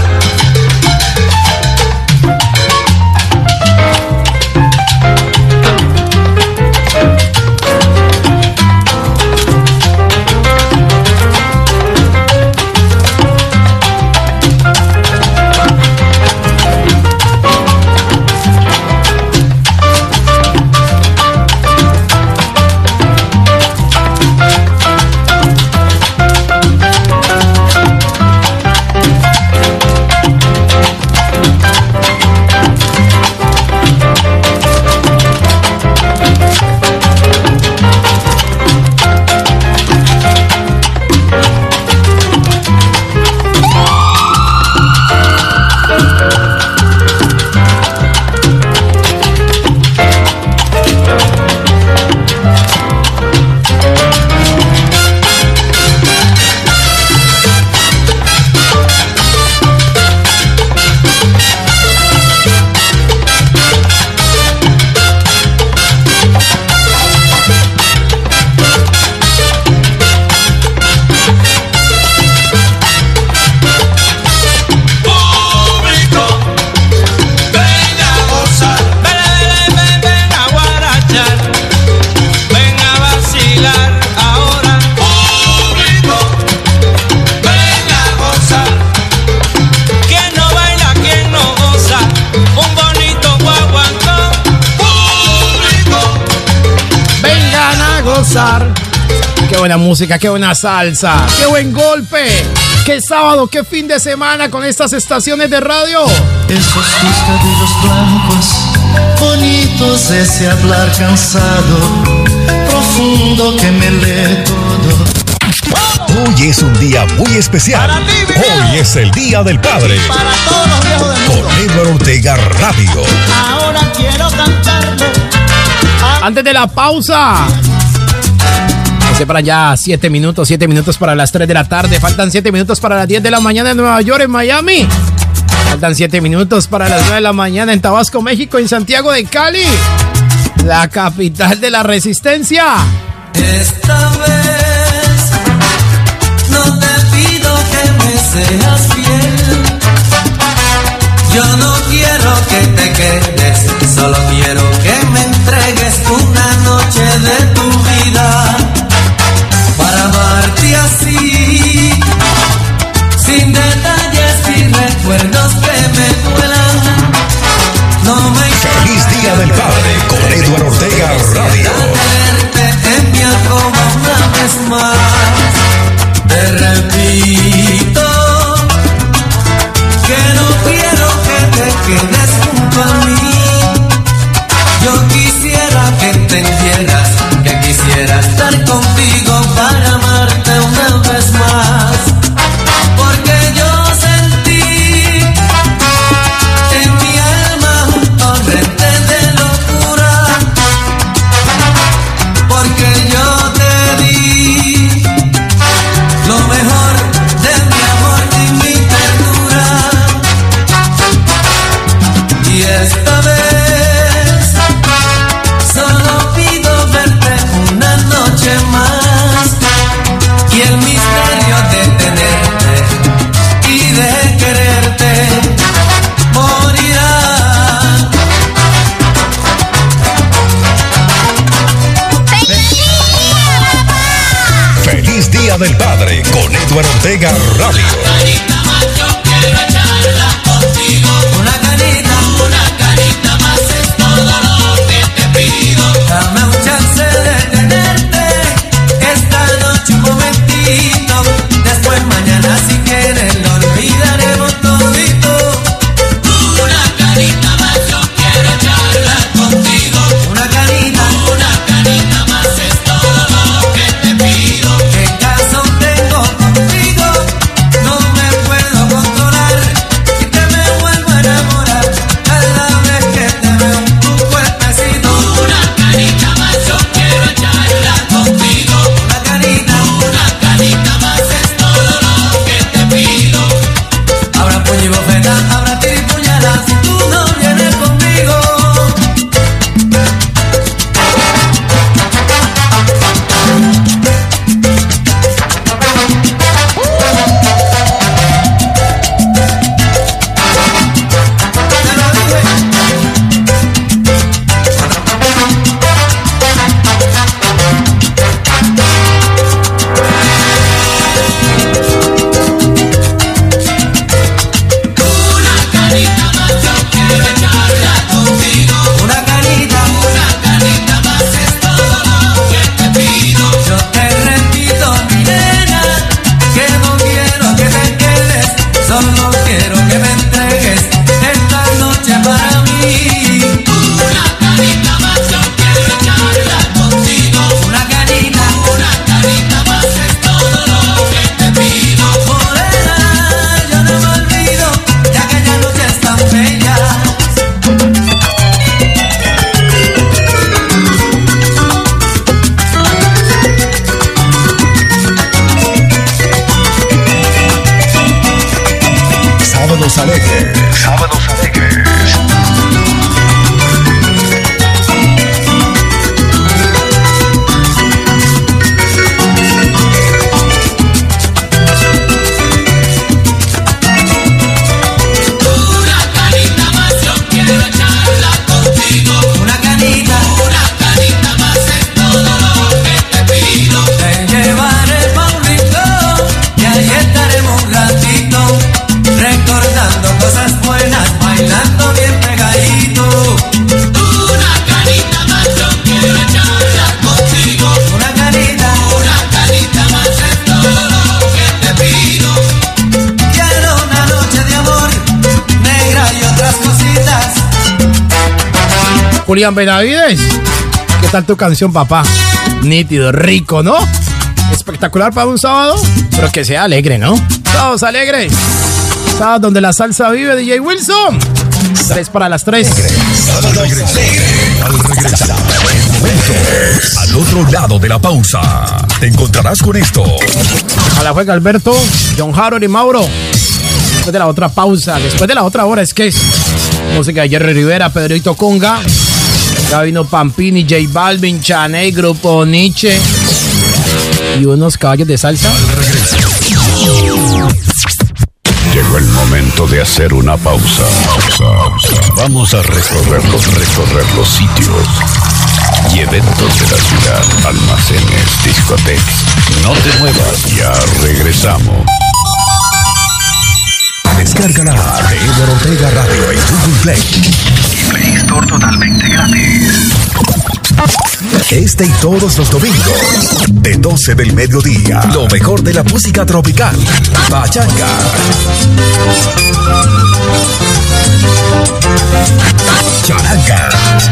Qué buena música, qué buena salsa, qué buen golpe, qué sábado, qué fin de semana con estas estaciones de radio. Esos tus cabellos blancos, bonitos, ese hablar cansado, profundo que me lee todo. Hoy es un día muy especial. Hoy es el Día del Padre. Para todos los viejos del mundo. Con Eduardo Ortega Radio. Ahora quiero cantarle. Antes de la pausa. Se separan ya siete minutos, siete minutos para las tres de la tarde. Faltan siete minutos para las diez de la mañana en Nueva York, en Miami. Faltan siete minutos para las nueve de la mañana en Tabasco, México, en Santiago de Cali, la capital de la resistencia. Esta vez no te pido que me seas fiel. Yo no quiero que te quedes, solo quiero que me entregues una noche de tu vida. Para amarte así, sin detalles y recuerdos que me duelan. No me Feliz Día del Padre con Eduardo Ortega Radio. tenerte en mi alcoba una vez más. Te repito que no quiero que te quedes junto a mí. Yo quisiera que entendieras que quisiera estar contigo para amarte una vez más. Porque yo sentí en mi alma un torrente de locura. del Padre con Eduardo Ortega Radio. Una canita, una canita más es todo lo que te pido. Dame un chance de tenerte esta noche un momentito. Después mañana si quieres lo olvidaremos todito. Una canita más yo quiero echarla contigo. Una canita, una canita más es todo lo que te pido. ¿Qué caso tengo contigo? No me puedo controlar y te me vuelvo a enamorar cada vez que te veo tu cuerpecito. Una canita más yo quiero echarla contigo. Una canita, una canita más es todo lo que te pido. Habrá puño y bofeta, habrá tiro y puñalada si tú no vienes conmigo. Una canita, una canita más es todo lo que te pido. Yo te repito, mi nena, que no quiero que te quedes, solo quiero que me entregues esta noche para mí. Una canita más yo quiero echarla contigo. Una canita, una canita más es todo lo que te pido. Morena, yo no me olvido de aquella noche tan bella. Sábados alegres. Sábados alegres. Una canita más yo quiero echarla contigo. Una canita, una canita más es todo lo que te pido. Te llevaré pa' un rincón y ahí estaremos un ratito recordando cosas buenas, bailando bien pegadito. Una canita más yo quiero echarla contigo. Una canita, una canita más es todo lo que te pido. Quiero una noche de amor, negra y otras cositas. Julián Benavides, ¿qué tal tu canción, papá? Nítido, rico, ¿no? Espectacular para un sábado, pero que sea alegre, ¿no? Sábados alegres. Sábado donde la salsa vive, D J Wilson. Tres para las tres. Sábado alegre. Al regresar, en momentos, al otro lado de la pausa, te encontrarás con esto. A la juega Alberto, John Harold y Mauro. Después de la otra pausa, después de la otra hora, es que es música de Jerry Rivera, Pedrito Conga. Ya vino Pampini, J Balvin, Chaney, Grupo Nietzsche y unos caballos de salsa. Llegó el momento de hacer una pausa. Vamos a recorrer los, recorrer los sitios y eventos de la ciudad, almacenes, discotecas. No te muevas, ya regresamos. Descárgala de Eduardo Ortega Radio en Google Play y Play Store totalmente gratis. Este y todos los domingos, de doce del mediodía, lo mejor de la música tropical, pachanga, charanga,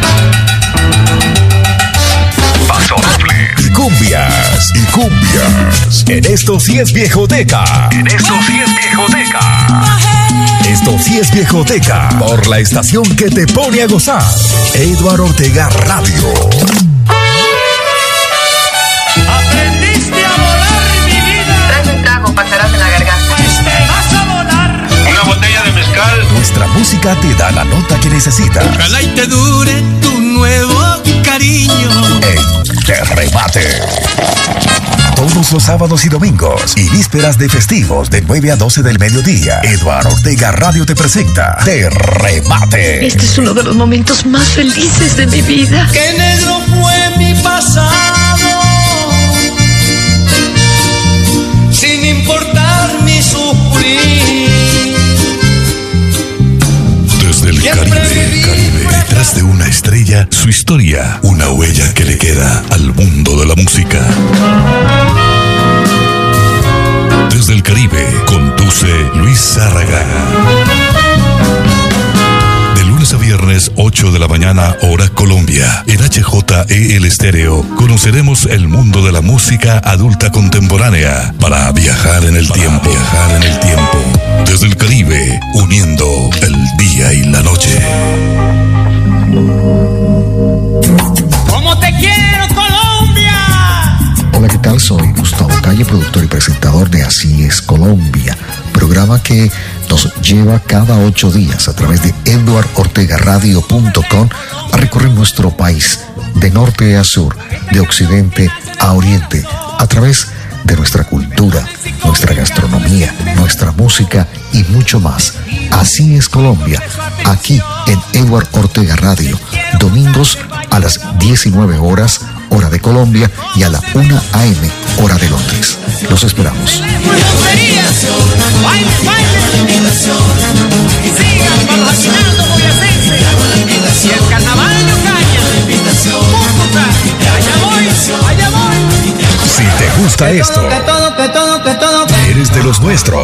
pasodoble, y cumbias, y cumbias. En esto sí es viejoteca. En esto sí es viejoteca. Esto sí es viejoteca, por la estación que te pone a gozar. Eduardo Ortega Radio. Aprendiste a volar, mi vida. Trae un trago, pasarás en la garganta. Pues te vas a volar. Una botella de mezcal. Nuestra música te da la nota que necesitas. Ojalá y te dure tu nuevo cariño. En Te Remate. Todos los sábados y domingos y vísperas de festivos de nueve a doce del mediodía, Eduardo Ortega Radio te presenta Te Remate. Este es uno de los momentos más felices de mi vida. Qué negro fue mi pasado. sufrir. Desde el Caribe, Caribe, detrás de una estrella, su historia, una huella que le queda al mundo de la música. Desde el Caribe, conduce Luis Zárraga. De lunes a viernes, ocho de la mañana, hora Colombia. En H J E L Estéreo, conoceremos el mundo de la música adulta contemporánea para viajar en el tiempo. Viajar en el tiempo. Desde el Caribe, uniendo el día y la noche. ¡Cómo te quiero, Colombia! Hola, ¿qué tal? Soy Gustavo Calle, productor y presentador de Así es Colombia, programa que nos lleva cada ocho días a través de edward ortega radio punto com a recorrer nuestro país de norte a sur, de occidente a oriente, a través de nuestra cultura, nuestra gastronomía, nuestra música y mucho más. Así es Colombia, aquí en Edward Ortega Radio, domingos a las diecinueve horas, hora de Colombia, y a la una a eme, hora de Londres. Los esperamos. Si el carnaval no caña, Cúcuta, allá voy, allá voy. Si te gusta esto, Que todo, que todo, que todo. eres de los nuestros.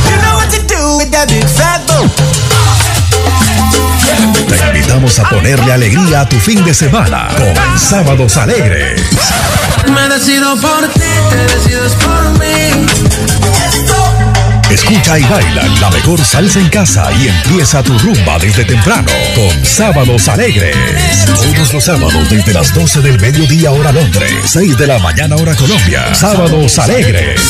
Te invitamos a ponerle alegría a tu fin de semana con Sábados Alegres. Me decido por ti, te decides por mí. Escucha y baila la mejor salsa en casa y empieza tu rumba desde temprano con Sábados Alegres. Todos los sábados desde las doce del mediodía hora Londres, seis de la mañana hora Colombia. Sábados Alegres.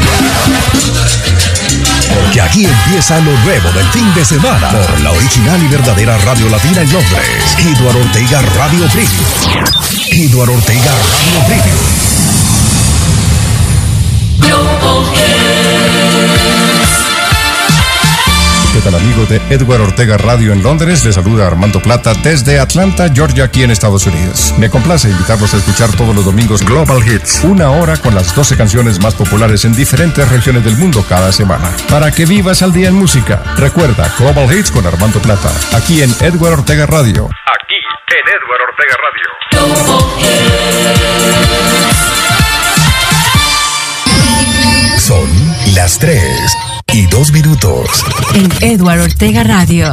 Porque aquí empieza lo nuevo del fin de semana por la original y verdadera Radio Latina en Londres. Edward Ortega Radio Premium. Edward Ortega Radio Premium. ¿Qué tal, amigos de Edward Ortega Radio en Londres? Les saluda Armando Plata desde Atlanta, Georgia, aquí en Estados Unidos. Me complace invitarlos a escuchar todos los domingos Global Hits, una hora con las doce canciones más populares en diferentes regiones del mundo cada semana. Para que vivas al día en música, recuerda Global Hits con Armando Plata, aquí en Edward Ortega Radio. Aquí en Edward Ortega Radio. Son las tres y dos minutos. En Edward Ortega Radio.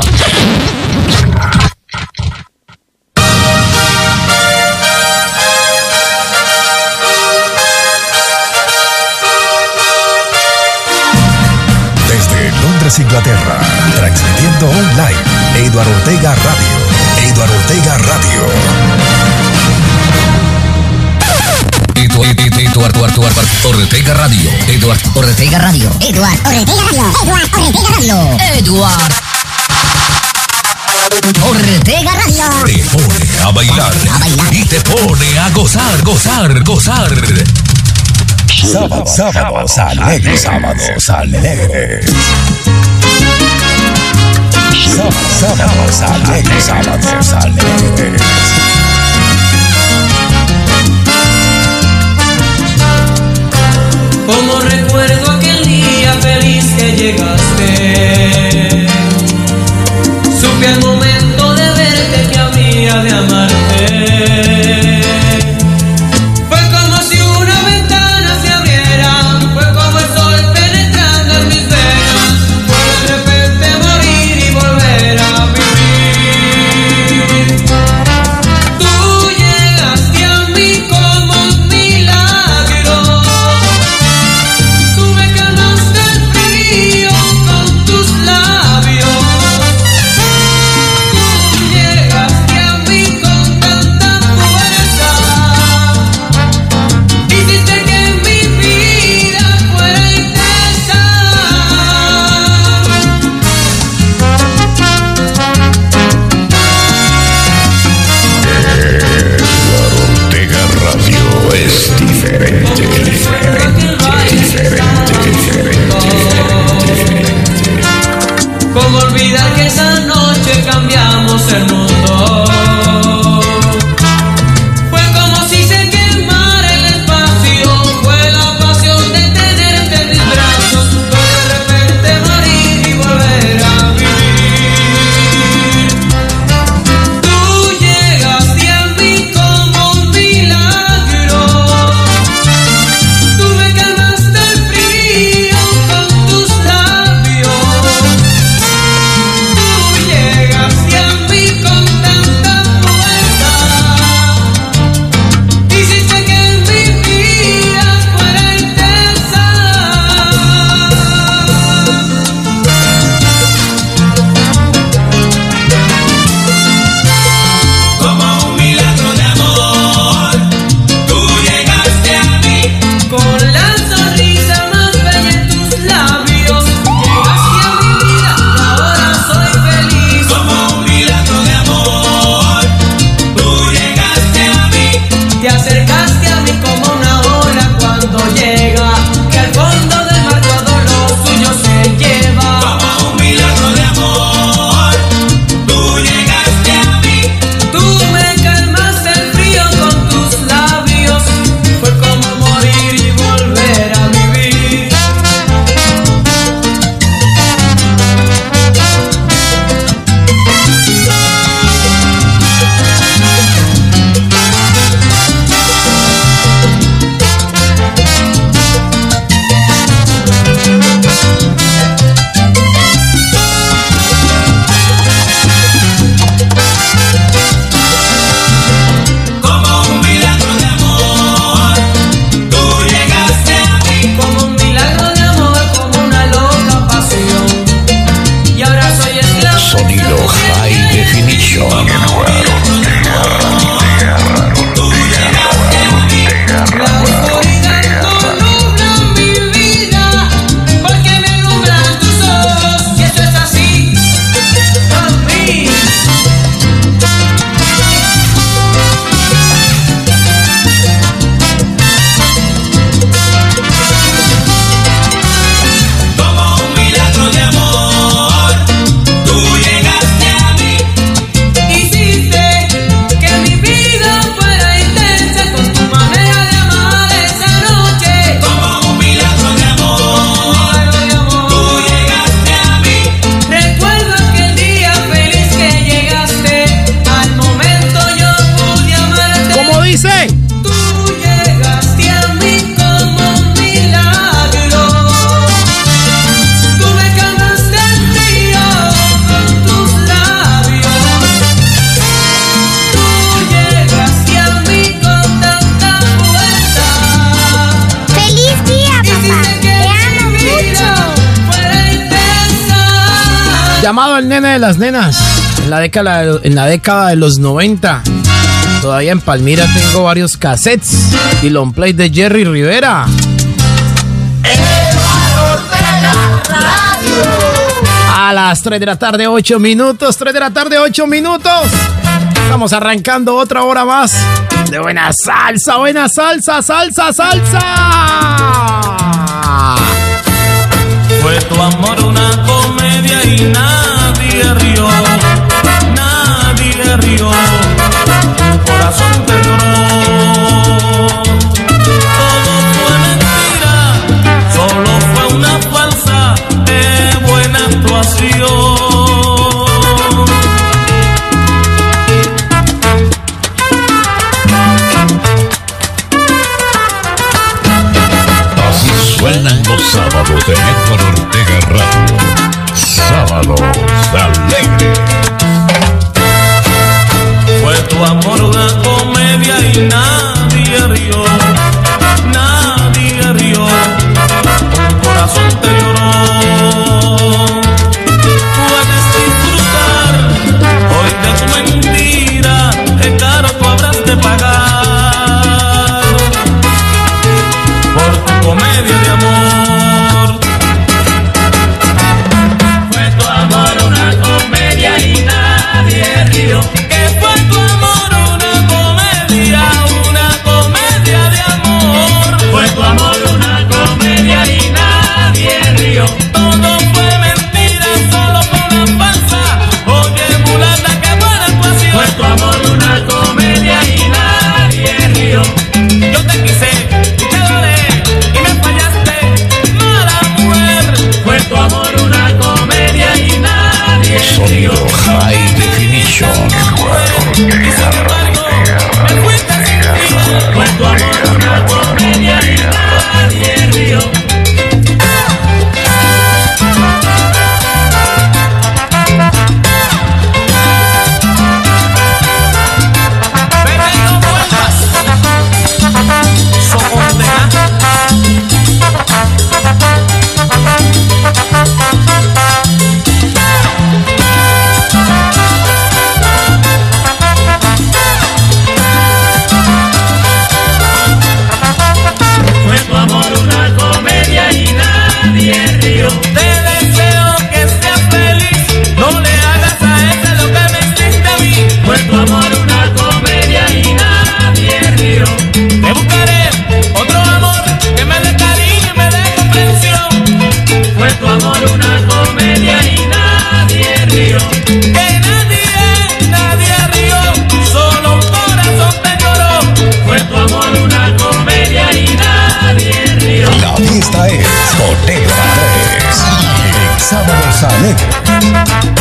Desde Londres, Inglaterra, transmitiendo online, Edward Ortega Radio. Edward Ortega Radio. Eduardo Ortega Radio. Eduardo Ortega Radio. Eduardo Ortega Radio. Eduardo Ortega Radio. Eduardo Ortega Radio. Te pone a bailar, a bailar y te pone a gozar, gozar, gozar. Sábados, sábados alegres, sábados alegres. Sábados alegres, sábados alegres. Como recuerdo aquel día feliz que llegaste, supe al momento de verte que habría de amarte. Fue como si una ventana se abriera, fue como el sol penetrando en mis venas, fue de repente morir y volver a vivir. Llamado el nene de las nenas. En la década de, en la década de los noventa. Todavía en Palmira tengo varios cassettes y long play de Jerry Rivera. A las tres de la tarde, ocho minutos. tres de la tarde, ocho minutos. Estamos arrancando otra hora más de buena salsa, buena salsa, salsa, salsa. Fue tu amor una comedia y nadie rió, nadie rió, tu corazón te lloró. Todo fue mentira, solo fue una falsa de buena actuación. Suenan los sábados de Edward Ortega Radio. Sábados alegres. Fue tu amor una comedia y nadie rió, nadie rió, un corazón te lloró. Puedes disfrutar hoy de tu mentira, que caro tú habrás de pagar por tu comedia de amor. Fue tu amor una comedia y nadie rió. Que fue tu amor una comedia, una comedia de amor. Fue tu amor una comedia y nadie rió. Todo fue mentira, solo fue una falsa. Oye, mulata, que buena actuación. Fue tu amor una comedia y nadie rió. Yo te quise y te adoré y me fallaste, mala mujer. Fue tu amor una comedia y nadie rió. Sonido High Definition. Y sin embargo, me fuiste sin fin. Fue tu amor una comedia y nadie rió. Fue tu amor una comedia y nadie rió. Te deseo que seas feliz, no le hagas a ese lo que me hiciste a mí. Fue tu amor una comedia y nadie rió. Te buscaré otro amor que me dé cariño y me dé comprensión. Fue tu amor una comedia y nadie rió. Que nadie, nadie rió, solo un corazón te lloró. Fue tu amor una comedia y nadie rió. La fiesta es con Edward tres. En Sábados Alegres.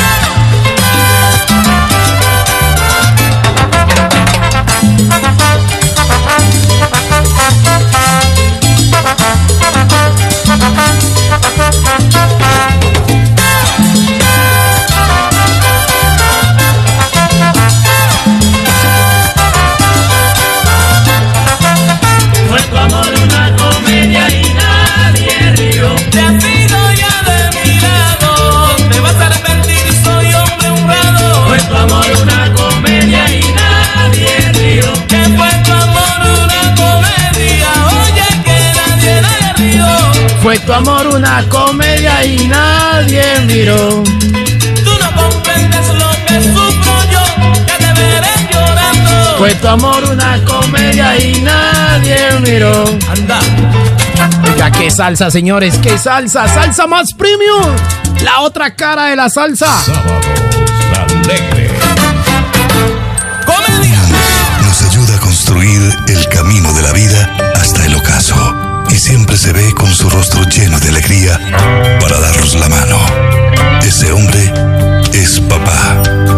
Fue tu amor una comedia y nadie rió. Te has ido ya de mi lado, te vas a arrepentir, soy hombre honrado. Fue tu amor una comedia y nadie rió. Que fue tu amor una comedia, oye que nadie, nadie rió. Fue tu amor una comedia y nadie miró. Tú no comprendes lo que sufro yo, que te veré llorando. Fue tu amor una comedia y nadie miró. Anda. Oiga, qué salsa, señores, qué salsa, salsa más premium. La otra cara de la salsa. Sábados alegres. Comedia. Nos ayuda a construir el camino de la vida hasta el ocaso. Y siempre se ve con su rostro lleno de alegría para darnos la mano. Ese hombre es papá.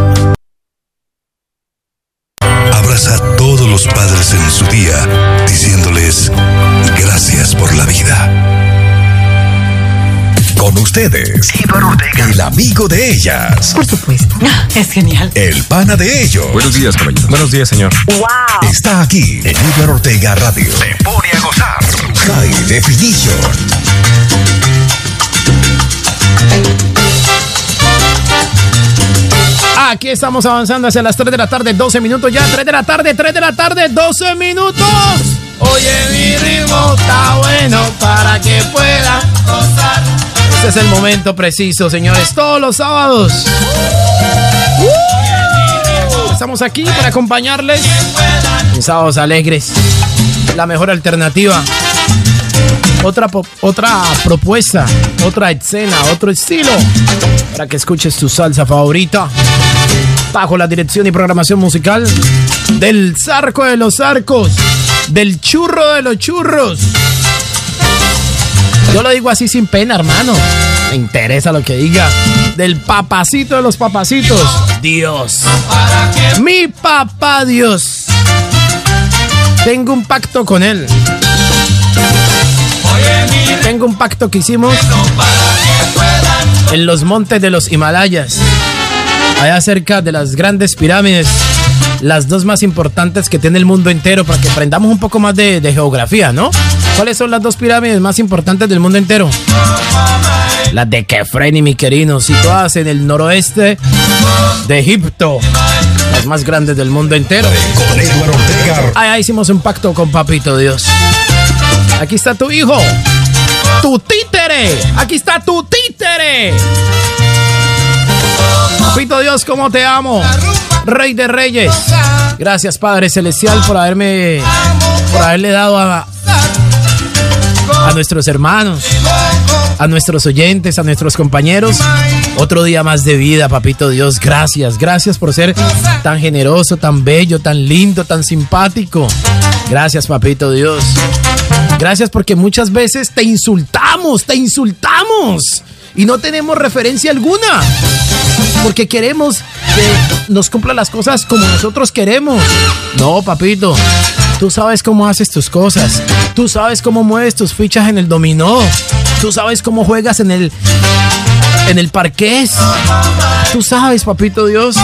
Abraza a todos los padres en su día, diciéndoles gracias por la vida. Con ustedes, el amigo de ellas. Por supuesto. Es genial. El pana de ellos. Buenos días, caballero. Buenos días, señor. Wow. Está aquí en Edward Ortega Radio. Te pone a gozar. High Definition. Aquí estamos avanzando hacia las tres de la tarde, doce minutos ya. tres de la tarde, tres de la tarde, doce minutos. Oye, mi ritmo está bueno para que pueda gozar. Este es el momento preciso, señores. Todos los sábados. Uh, estamos aquí para acompañarles en sábados alegres. La mejor alternativa. Otra, otra propuesta, otra escena, otro estilo para que escuches tu salsa favorita bajo la dirección y programación musical del Zarco de los Zarcos, del Churro de los Churros. Yo lo digo así sin pena, hermano. Me interesa lo que diga. Del papacito de los papacitos, Dios. Mi papá Dios. Tengo un pacto con él. Tengo un pacto que hicimos en los montes de los Himalayas, allá cerca de las grandes pirámides, las dos más importantes que tiene el mundo entero, para que aprendamos un poco más de, de geografía, ¿no? ¿Cuáles son las dos pirámides más importantes del mundo entero? Las de Kefren y Miquerino, situadas en el noroeste de Egipto, las más grandes del mundo entero. Allá hicimos un pacto con Papito Dios. Aquí está tu hijo, tu títere. Aquí está tu títere. Papito Dios, cómo te amo, Rey de Reyes. Gracias, Padre Celestial, por haberme, por haberle dado a, a nuestros hermanos, a nuestros oyentes, a nuestros compañeros, otro día más de vida, Papito Dios. Gracias, gracias por ser tan generoso, tan bello, tan lindo, tan simpático. Gracias, Papito Dios. Gracias porque muchas veces te insultamos, te insultamos y no tenemos referencia alguna, porque queremos que nos cumplan las cosas como nosotros queremos. No, papito, tú sabes cómo haces tus cosas, tú sabes cómo mueves tus fichas en el dominó, tú sabes cómo juegas en el, en el parqués, tú sabes, Papito Dios.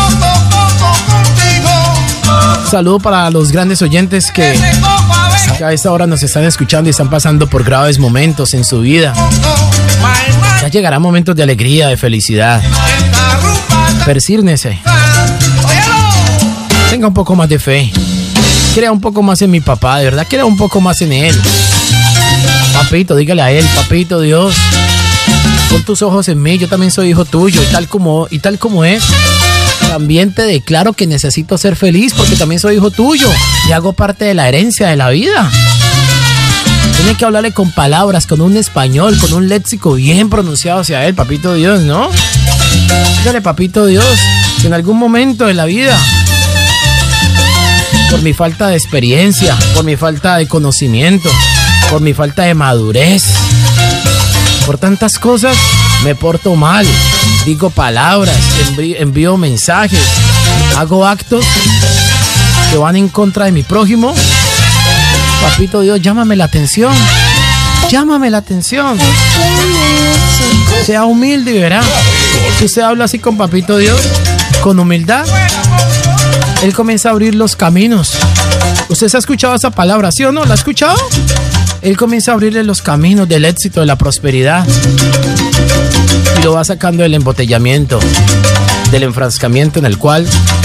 Saludo para los grandes oyentes que que a esta hora nos están escuchando y están pasando por graves momentos en su vida. Ya llegarán momentos de alegría, de felicidad. Persírnese. Tenga un poco más de fe. Crea un poco más en mi papá, de verdad, crea un poco más en él. Papito, dígale a él, Papito Dios, pon tus ojos en mí, yo también soy hijo tuyo, y tal como, y tal como es. También te declaro que necesito ser feliz porque también soy hijo tuyo y hago parte de la herencia de la vida. Tiene que hablarle con palabras, con un español, con un léxico bien pronunciado hacia él, Papito Dios, ¿no? Dígale, Papito Dios, que en algún momento de la vida, por mi falta de experiencia, por mi falta de conocimiento, por mi falta de madurez, por tantas cosas, me porto mal, digo palabras, envío, envío mensajes, hago actos que van en contra de mi prójimo. Papito Dios, llámame la atención, llámame la atención. Sea humilde y verá. Si usted habla así con Papito Dios, con humildad, Él comienza a abrir los caminos. ¿Usted se ha escuchado esa palabra, sí o no? ¿La ha escuchado? Él comienza a abrirle los caminos del éxito, de la prosperidad. Y lo va sacando del embotellamiento, del enfrascamiento en el cual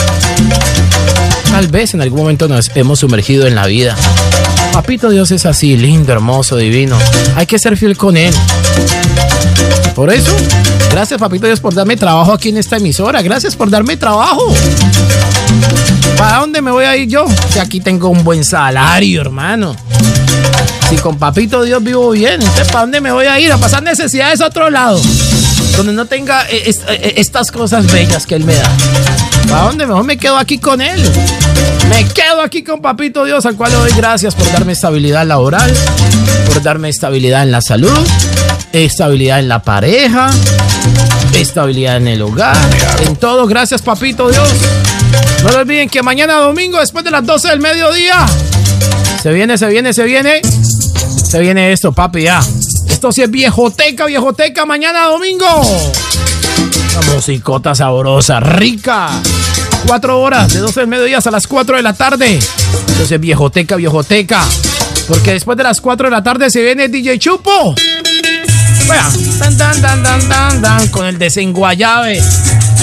tal vez en algún momento nos hemos sumergido en la vida. Papito Dios es así, lindo, hermoso, divino. Hay que ser fiel con Él. Por eso, gracias, Papito Dios, por darme trabajo aquí en esta emisora. Gracias por darme trabajo. ¿Para dónde me voy a ir yo? Que aquí tengo un buen salario, hermano. Si con Papito Dios vivo bien, entonces ¿para dónde me voy a ir? A pasar necesidades a otro lado, donde no tenga est estas cosas bellas que Él me da. ¿Para dónde? Mejor me quedo aquí con Él. Me quedo aquí con Papito Dios, al cual le doy gracias por darme estabilidad laboral, por darme estabilidad en la salud, estabilidad en la pareja, estabilidad en el hogar, en todo. Gracias, Papito Dios. No lo olviden que mañana domingo, después de las doce del mediodía, se viene, se viene, se viene. Se viene esto, papi, ya. Esto sí es viejoteca, viejoteca, mañana domingo. Una musicota sabrosa, rica. Cuatro horas, de doce del mediodía hasta las cuatro de la tarde. Entonces, viejoteca, viejoteca. Porque después de las cuatro de la tarde se viene D J Chupo. Vea, tan, tan, tan, tan, tan, tan, con el desenguayabe.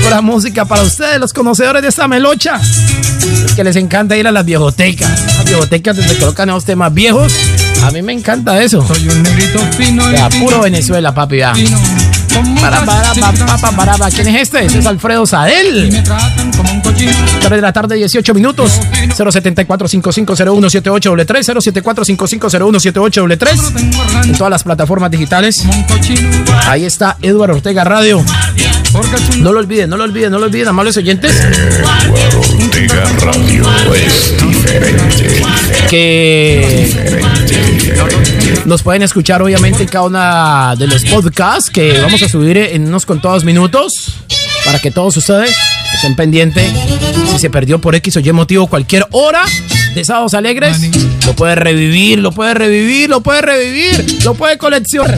Pura música para ustedes, los conocedores de esta melocha. Es que les encanta ir a las viejotecas. Las viejotecas donde colocan los temas viejos. A mí me encanta eso. Soy un negrito fino. Ya, puro Venezuela, papi, ya. Para, para, para, para, para. ¿Quién es este? Este es Alfredo Sadel. tres de la tarde, dieciocho minutos. cero siete cuatro cinco cinco cero uno siete ocho tres. cero siete cuatro cinco cinco cero uno siete ocho tres. En todas las plataformas digitales. Ahí está Edward Ortega Radio. No lo olviden, no lo olviden, no lo olviden, amables oyentes. Edward Ortega Radio es diferente. Que nos pueden escuchar obviamente en cada una de los podcasts que vamos a subir en unos contados minutos para que todos ustedes estén pendientes. Si se perdió por X o Y motivo cualquier hora de Sábados Alegres, lo puede revivir, lo puede revivir, lo puede revivir, lo puede coleccionar.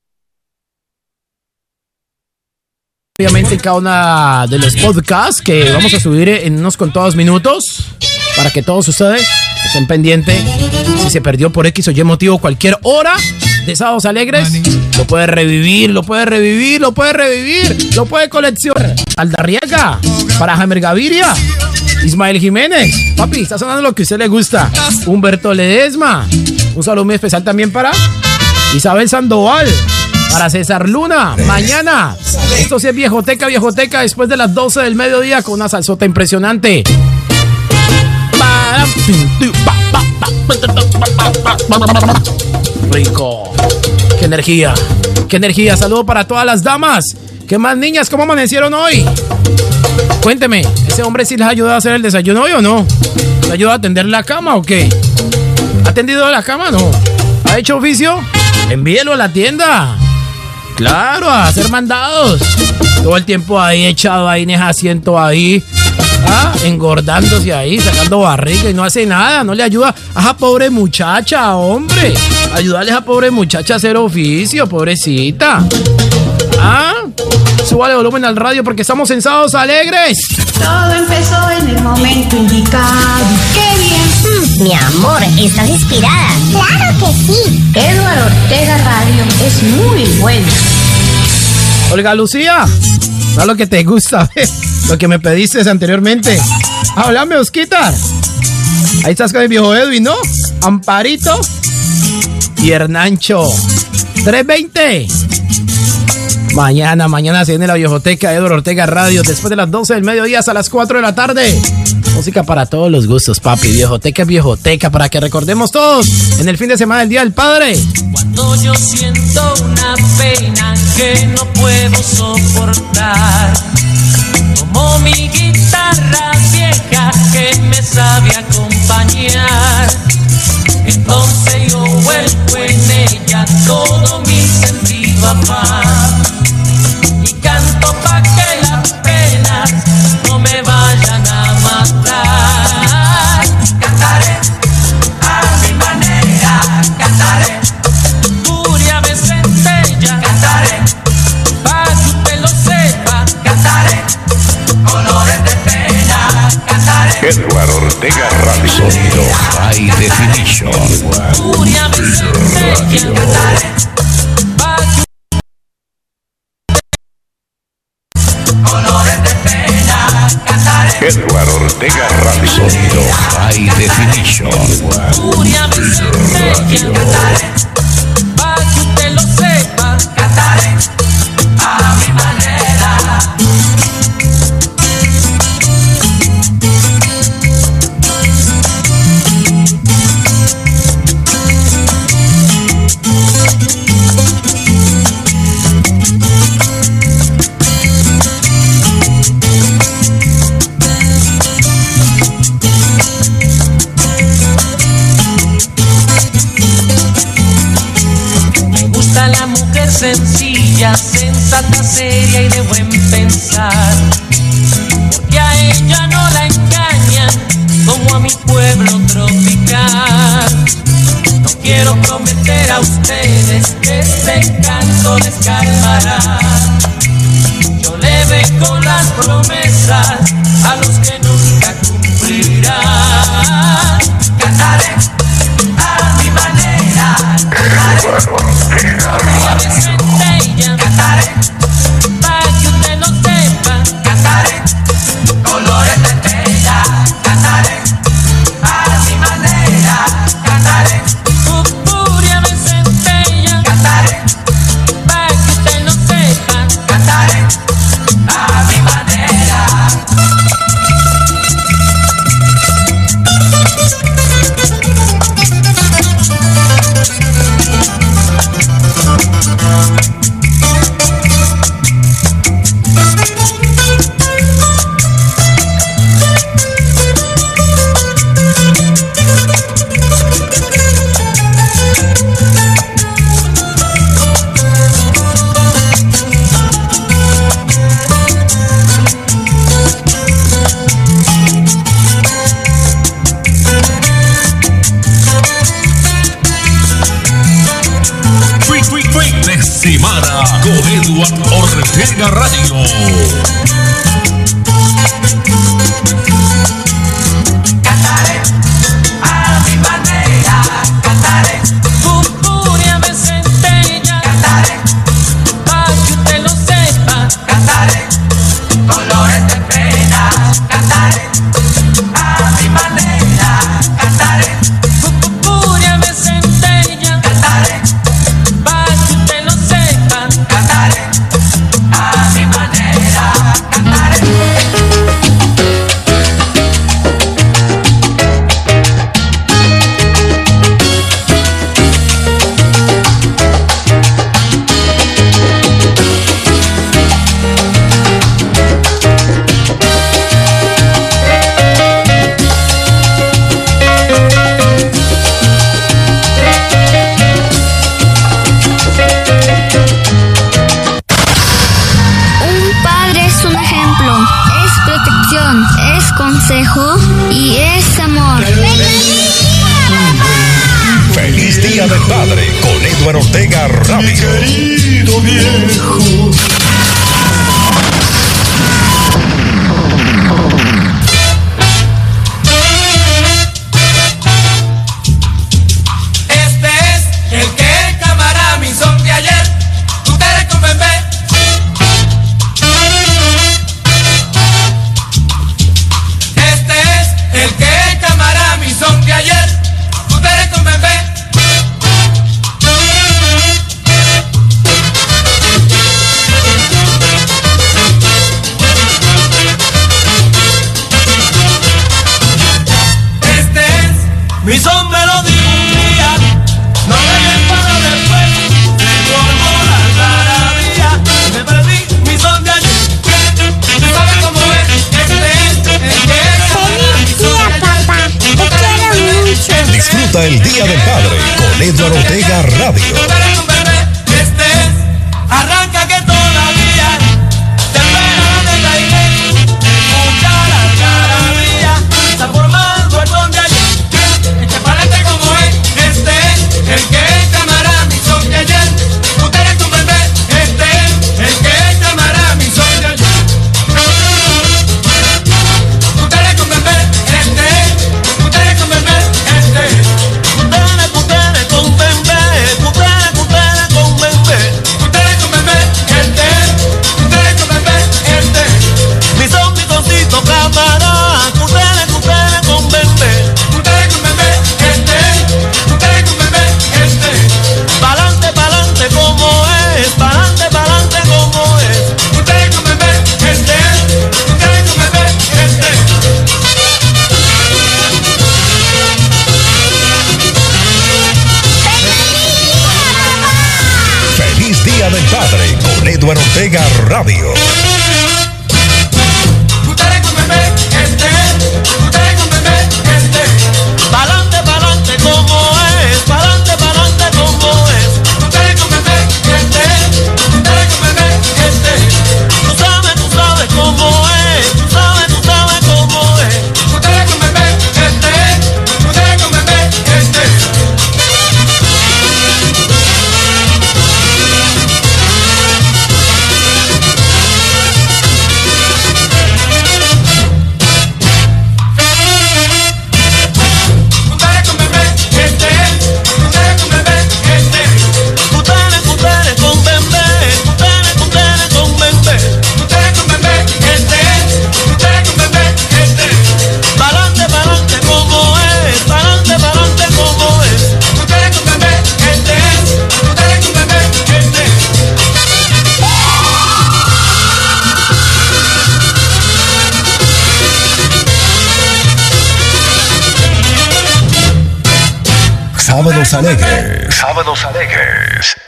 Obviamente en cada una de los podcasts que vamos a subir en unos contados minutos para que todos ustedes estén pendientes. Si se perdió por X o Y motivo cualquier hora de Sábados Alegres, lo puede revivir, lo puede revivir, lo puede revivir, lo puede coleccionar. Aldarriaga, para Jamer Gaviria, Ismael Jiménez, papi, está sonando lo que a usted le gusta. Humberto Ledesma, un saludo muy especial también para Isabel Sandoval, para César Luna. Mañana, esto sí es viejoteca, viejoteca, después de las doce del mediodía con una salsota impresionante. Rico. Qué energía, qué energía. Saludo para todas las damas. ¿Qué más, niñas? ¿Cómo amanecieron hoy? Cuénteme, ¿ese hombre sí les ayuda a hacer el desayuno hoy o no? ¿Les ayuda a atender la cama o qué? ¿Ha atendido la cama? No. ¿Ha hecho oficio? Envíelo a la tienda. Claro, a hacer mandados. Todo el tiempo ahí echado ahí en ese asiento ahí. Ah, engordándose ahí, sacando barriga y no hace nada, no le ayuda a esa pobre muchacha, hombre. Ayudarle a esa pobre muchacha a hacer oficio, pobrecita. Ah, súbale volumen al radio porque estamos en Sábados Alegres. Todo empezó en el momento indicado. ¡Qué bien! Mm, mi amor, ¿estás inspirada? ¡Claro que sí! Edward Ortega Radio es muy bueno. Olga Lucía, ¿no es lo que te gusta? Lo que me pediste anteriormente. Háblame, Osquitar. Ahí estás con el viejo Edwin, ¿no? Amparito y Hernancho. tres veinte. Mañana, mañana se viene la viejoteca de Edward Ortega Radio. Después de las doce del mediodía hasta las cuatro de la tarde. Música para todos los gustos, papi. Viejoteca es viejoteca para que recordemos todos en el fin de semana del Día del Padre. Cuando yo siento una pena que no puedo soportar, como mi guitarra vieja que me sabe acompañar, entonces yo vuelvo en ella todo mi sentido a paz y canto pa' que las penas no me vayan a matar. Cantaré a mi manera, cantaré furia de centella, cantaré pa' que usted lo sepa, cantaré colores de pena, cantaré. Edward Ortega Radio. Sonido High Definition. Furia de centella, cantaré pa' que colores de pena, cantaré. Edward Ortega Radio. Sonido High Definition. Furia de centella, cantaré pa' que usted lo sepa, cantaré a mi manera. La mujer sencilla, sensata, seria y de buen pensar, porque a ella no la engañan como a mi pueblo tropical. No quiero prometer a ustedes que este canto les calmará. Yo le vengo las promesas a los que nunca cumplirán. Cantaré a mi manera, cantaré. Cantaré, cantaré, para que usted lo sepa, cantaré. Edward Ortega Radio. Cantaré a mi manera, cantaré. Furia me centella, cantaré. para que usted lo sepa, cantaré. Colores de pena, cantaré. A mi manera, cantaré. Furia me centella, cantaré. para que usted lo sepa, cantaré. A mi manera, cantaré. Un padre es un ejemplo, es protección, es consejo y es amor. Feliz Día del Padre con Edward Ortega Radio. Mi querido viejo. Este es el que cámara mi son de ayer. Tú te eres con bebé. Este es el que cámara mi son de ayer. Tú te eres con bebé. Este es mi son melodía. No me paro después. Se formó la algarabía. Me perdí mi son de ayer. ¿Tú sabes cómo es? Este es el que Feliz día, papá. Te quiero mucho. Disfruta el Día del Padre con Edward Ortega Radio. Este es, arranca que todavía te espera donde la iré. Escucha la algarabía, está formando el son de ayer. Echa pa'lante como es. Este es el que llamará mi son de ayer. Usted eres un bebé. Este es el que llamará mi son de ayer. Usted eres un bebé. Este es, usted eres un bebé. Este es. Putana, putana con bebé, putana, putana con bebé. Putana con bebé, este es. Putana con bebé, este es. Mi son, mi soncito, cámara. Putana, putana con bebé. Putana con bebé, este es. Putana con bebé, este es. Pa'lante, pa'lante como es. Pa'lante, pa'lante como es. Putana con bebé, este es. Putana con bebé, este es. Feliz Día del Padre con Edward Ortega Radio. Putana con bebé, este es. Putana con bebé, este es. Pa'lante, pa'lante como es. Pa'lante, pa'lante como es. Putana con bebé, este es. Putana con bebé, este es. Tú sabes, tú sabes cómo es. Tú sabes, tú sabes cómo es. Putana con bebé, este es. Putana con bebé, este es. Putana con bebé, este es. Putana con bebé, este es. Putana, putana con bebé. Putana, putana con bebé. Putana con bebé, este es. Putana con bebé, este es. Pa'lante, pa'lante como es. Pa'lante, pa'lante como es. Putana con bebé, este es. Putana con bebé, este es. Sábados Alegres. Sábados Alegres.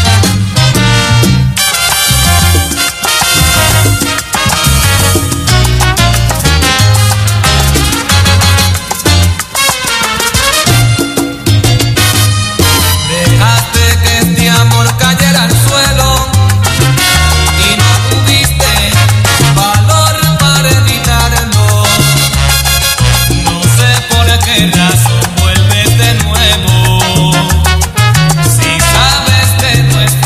Dejaste que este amor cayera al suelo y no tuviste valor para evitarlo. No sé por qué razón vuelves de nuevo. Si sabes que no es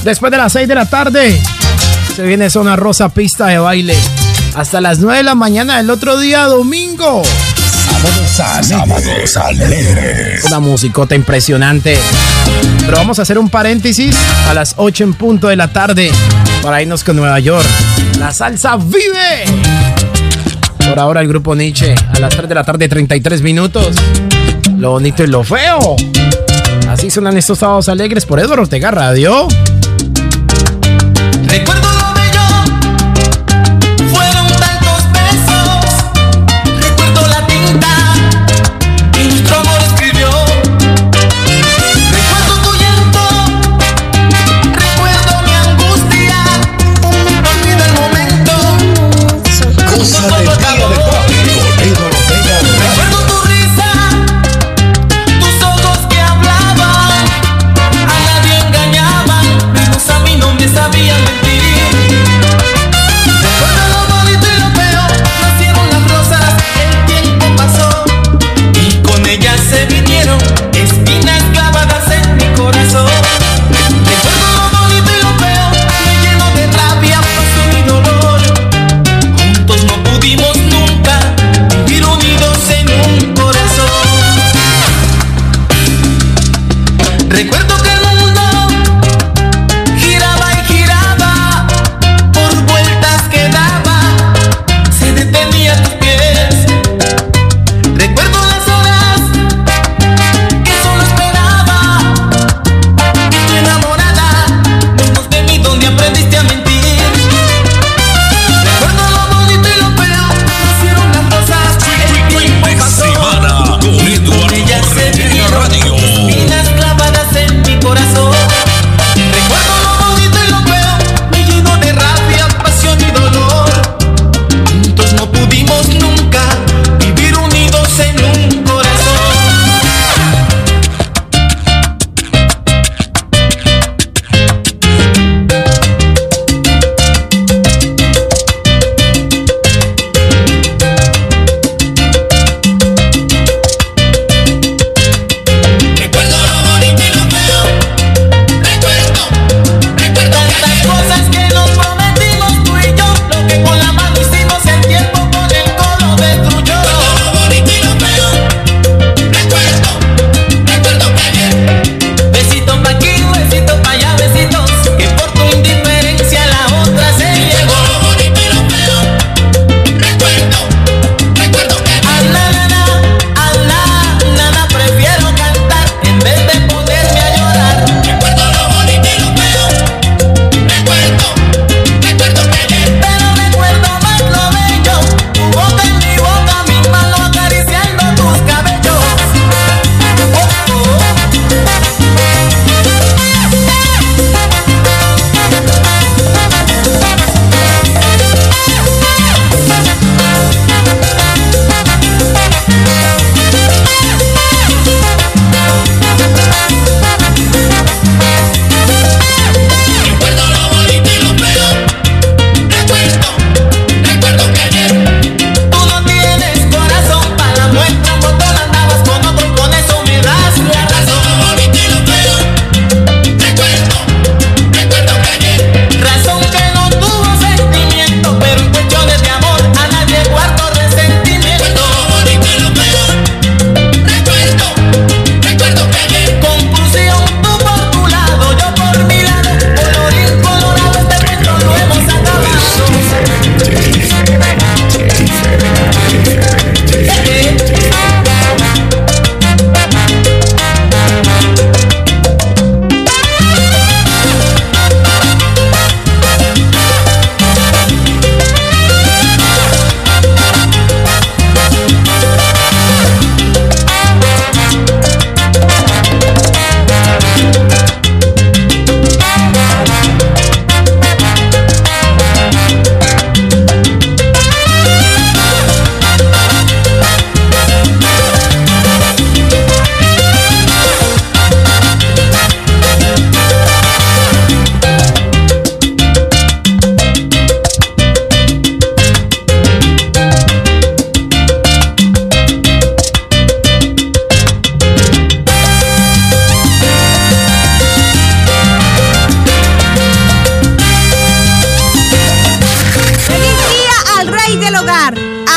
Después de las seis de la tarde, se viene Zona Rosa, pista de baile. Hasta las nueve de la mañana del otro día, domingo. Sábados alegres. Una musicota impresionante. Pero vamos a hacer un paréntesis a las ocho en punto de la tarde para irnos con Nueva York. La salsa vive. Por ahora el grupo Nietzsche a las tres de la tarde, treinta y tres minutos. Lo bonito y lo feo. Así suenan estos sábados alegres por Eduardo Ortega Radio. Recuerdo lo bello, fueron tantos besos. Recuerdo la tinta que nuestro amor escribió. Recuerdo tu llanto, recuerdo mi angustia. Olvida el momento, Cosa de día de tarde con Eduardo Ortega. recuerdo tu risa, tus ojos que hablaban, a nadie engañaban.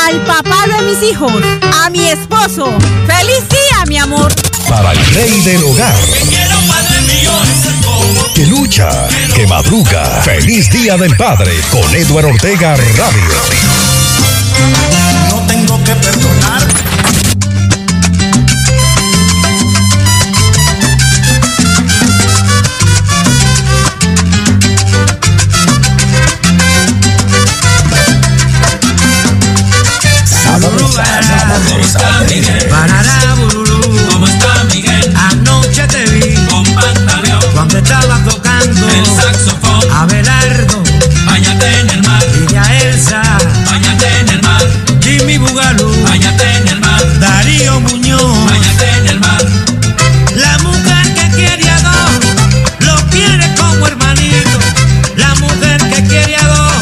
Al papá de mis hijos, a mi esposo. ¡Feliz día, mi amor! Para el rey del hogar, que lucha, que madruga. Feliz Día del Padre con Edward Ortega Radio. No tengo que perdonar. Parará, bururú, ¿cómo está Miguel? Anoche te vi con pantaleón cuando estaba tocando el saxofón. Abelardo, báñate en el mar. Y a Elsa, báñate en el mar. Jimmy Bugalú, báñate en el mar. Darío Muñoz, báñate en el mar. La mujer que quiere a dos, lo quiere como hermanito. La mujer que quiere a dos,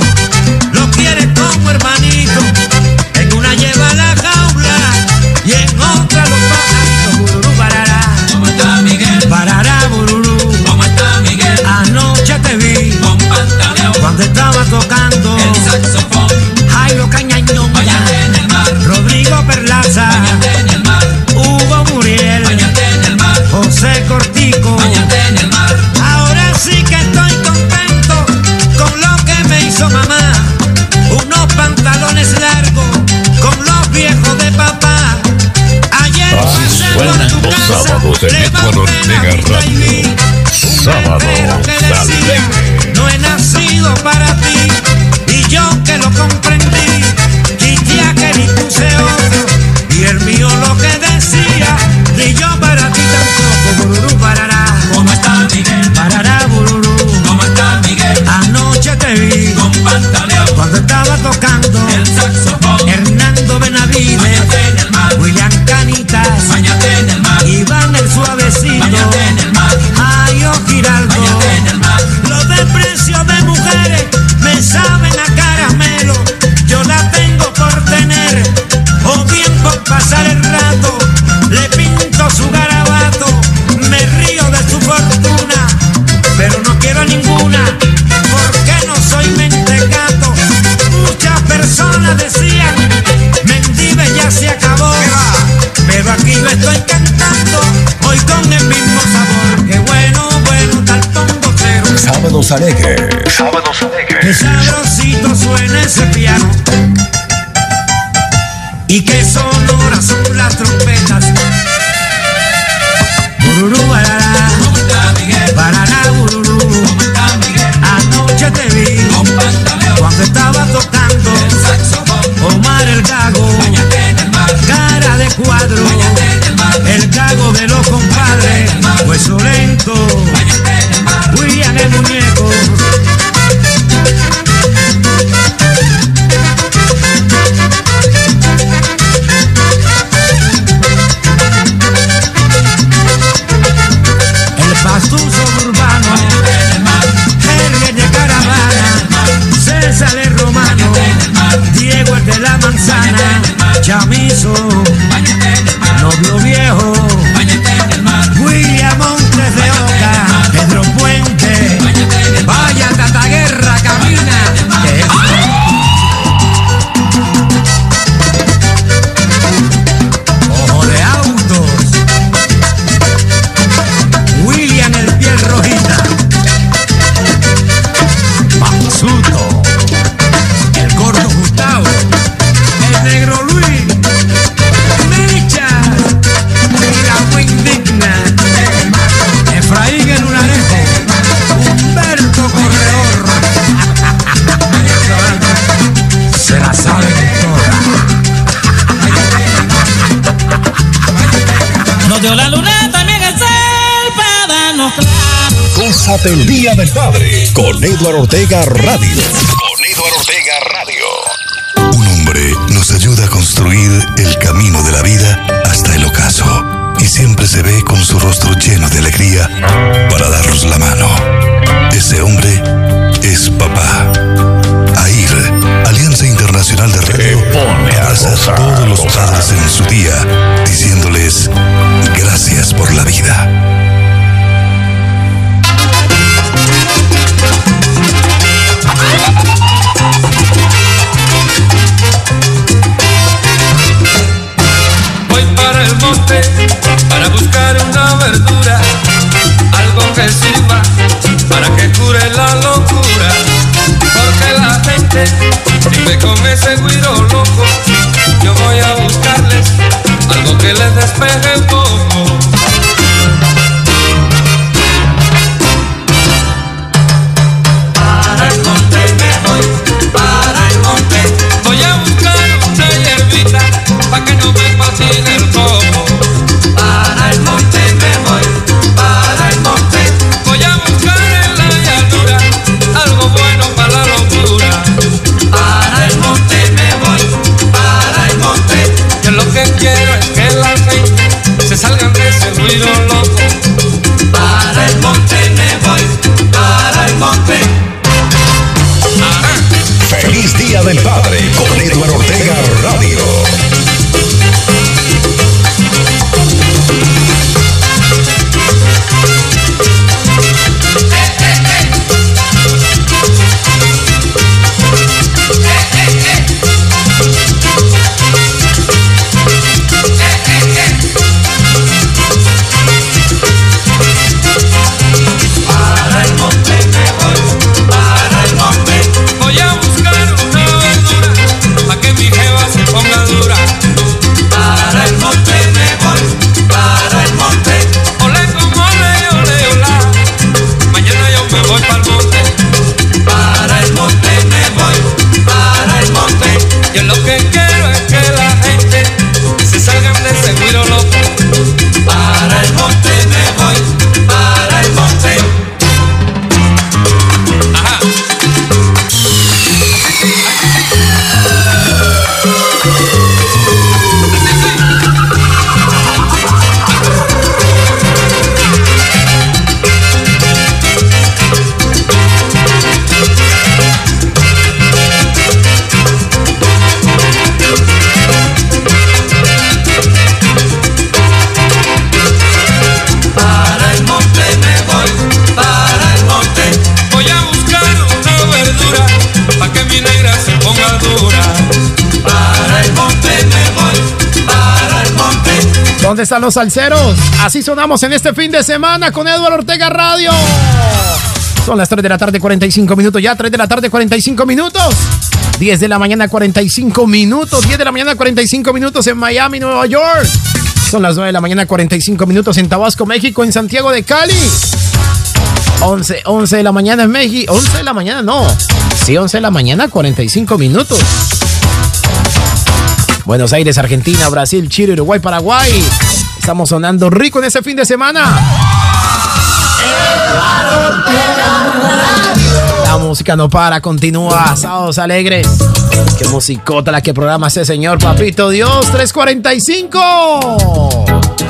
lo quiere como hermanito. En una lleva la jaula y en otra los pajaritos. Bururú, parará. ¿Cómo está Miguel? Parará, bururú. ¿Cómo está Miguel? Anoche te vi con pantaleón cuando estaba tocando el saxofón. Jairo Cañañón, bañate en el mar. Rodrigo Perlaza, bañate en el mar. Hugo Muriel, bañate en el mar. José Cortico, bañate en el mar. Ahora sí que estoy contento con lo que me hizo mamá. Unos pantalones largos con los viejos de papá. Ayer así suenan los sábados en Edward Ortega Radio. Sábado alegre. No he nacido para ti y yo que lo comprendí. Quité aquel y puse otro y el mío lo que decía. Ni yo para ti tampoco. Bururú, parará. ¿Cómo está Miguel? Parará, bururú. ¿Cómo está Miguel? Anoche te vi con pantaleón cuando estaba tocando el saxofón. Hernando Benavides, bañate en el mar. William Canitas, bañate en el mar. Iván el Suavecito, bañate en el mar. Ayo Giraldo, bañate en el mar. Los de precio de mujeres me saben a caramelo. Yo la tengo por tener o bien por pasar el rato. Le pinto su garabato, me río de su fortuna, pero no quiero ninguna porque no soy mentecato. Muchas personas decían, Mendive ya se acabó, pero aquí yo estoy cantando hoy con el mismo sabor. Qué bueno, bueno, tal tongo cero. Sábados alegres. Sábados alegres. Qué sabrosito suena ese piano y qué sonoras son las trompetas. Bururú, parará. ¿Cómo está Miguel? Parará, bururú. ¿Cómo está Miguel? Anoche te vi con pantaleón cuando estaba tocando el saxofón. Omar el Gago, bañate en el mar. Cara de cuadro, bañate en el mar. El Gago de los compadres, Hueso Lento, bañate en el mar. William el Muñeco. Pastuso urbano, Henry de Caravana, César el Romano, Diego el de la Manzana, Chamizo, Novio Viejo, William Montes de Oca, Pedro Puente, vaya Tataguerra camina. Ojo de autos, William el Piel Rojita, Pasuto, el Gordo Gustavo, el Negro Luis, Mecha, y la muy indigna, Efraín el Lunarejo, Humberto Corredor, se la saben todas. No dio la luna también es el padano claro. Gózate el Día del Padre con Edward Ortega Radio. Con Edward Ortega Radio. Un hombre nos ayuda a construir el camino de la vida hasta el ocaso y siempre se ve con su rostro lleno de alegría para darnos la mano. Ese hombre es papá. AIR, Alianza Internacional de Radio, abraza a todos los padres en su día, diciéndoles gracias por la vida. gente vive con ese güiro loco. Yo voy a buscarles algo que les despeje un poco. Para el monte me voy, para el monte. Voy a buscar una hierbita pa' que no me fascine el coco. Para el monte me voy, para el monte. Voy a buscar en la llanura algo bueno para la locura. Para el monte me voy, para el monte. Yo lo que quiero es que la gente se salgan de ese ruido loco. Para el monte me voy, para el monte. Feliz Día del Padre con Edward Ortega Radio. Para el monte me voy, para el monte. Voy a buscar una verdura pa' que mi jeva se ponga dura. Para el monte me voy, para el monte. Ole como ole, ole, ola. Mañana yo me voy pa'l monte. Para el monte me voy, para el monte. Yo lo que quiero es que la gente se salgan de ese güiro loco. Para el monte me voy, para el monte. Ajá. Para el monte me voy, para el monte. Voy a buscar una verdura pa' que mi negra se ponga dura. Para el monte me voy, para el monte. ¿Dónde están los salseros? Así sonamos en este fin de semana con Edward Ortega Radio. Son las tres de la tarde, cuarenta y cinco minutos. Ya, tres de la tarde, cuarenta y cinco minutos. diez de la mañana, cuarenta y cinco minutos. diez de la mañana, cuarenta y cinco minutos en Miami, Nueva York. Son las nueve de la mañana, cuarenta y cinco minutos en Tabasco, México, en Santiago de Cali. once, once de la mañana en México. once de la mañana, no. Sí, once de la mañana, cuarenta y cinco minutos. Buenos Aires, Argentina, Brasil, Chile, Uruguay, Paraguay. Estamos sonando rico en ese fin de semana. La música no para, continúa. Sábados alegres. Qué musicota la que programa ese señor, papito Dios. tres cuarenta y cinco.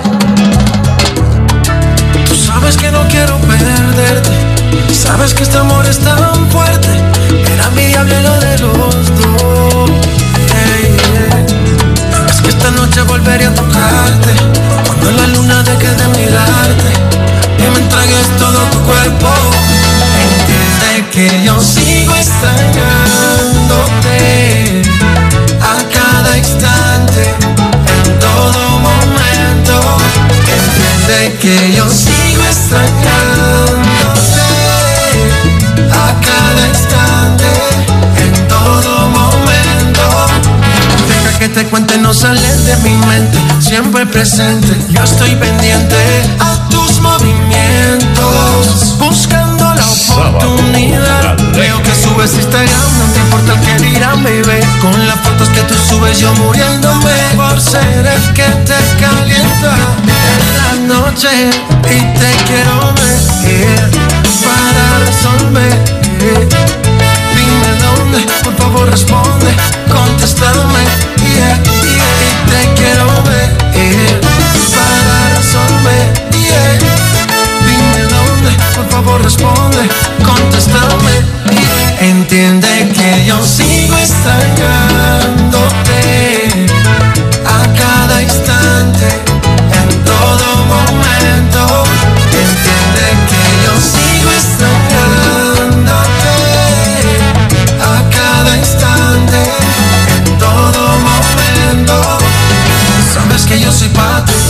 Tú sabes que no quiero perderte. Sabes que este amor es tan fuerte. Era mi diablero de los dos. Hey, yeah. Es que esta noche volveré a tocarte. Cuando la luna deje de mirarte y me entregues todo tu cuerpo. Entiende que yo sigo extrañándote a cada instante, en todo momento. Entiende que yo sigo extrañándote a cada instante, en todo momento. Deja que te cuente, no sales de mi mente, siempre presente. Yo estoy pendiente a tus movimientos, buscando la oportunidad. Veo que subes Instagram, no te importa el que dirán, baby. Con las fotos que tú subes, yo muriéndome por ser el que te calienta en la noche. Y te quiero ver para resolver. Dime dónde, por favor responde, contéstame. Yeah, yeah. Y te quiero ver para resolver. Yeah. Dime dónde, por favor responde, contéstame. Yeah. Entiende que yo sigo extrañándote a cada instante, en todo momento. Entiende que yo sigo extrañándote a cada instante, en todo momento. Sabes que yo soy pa' ti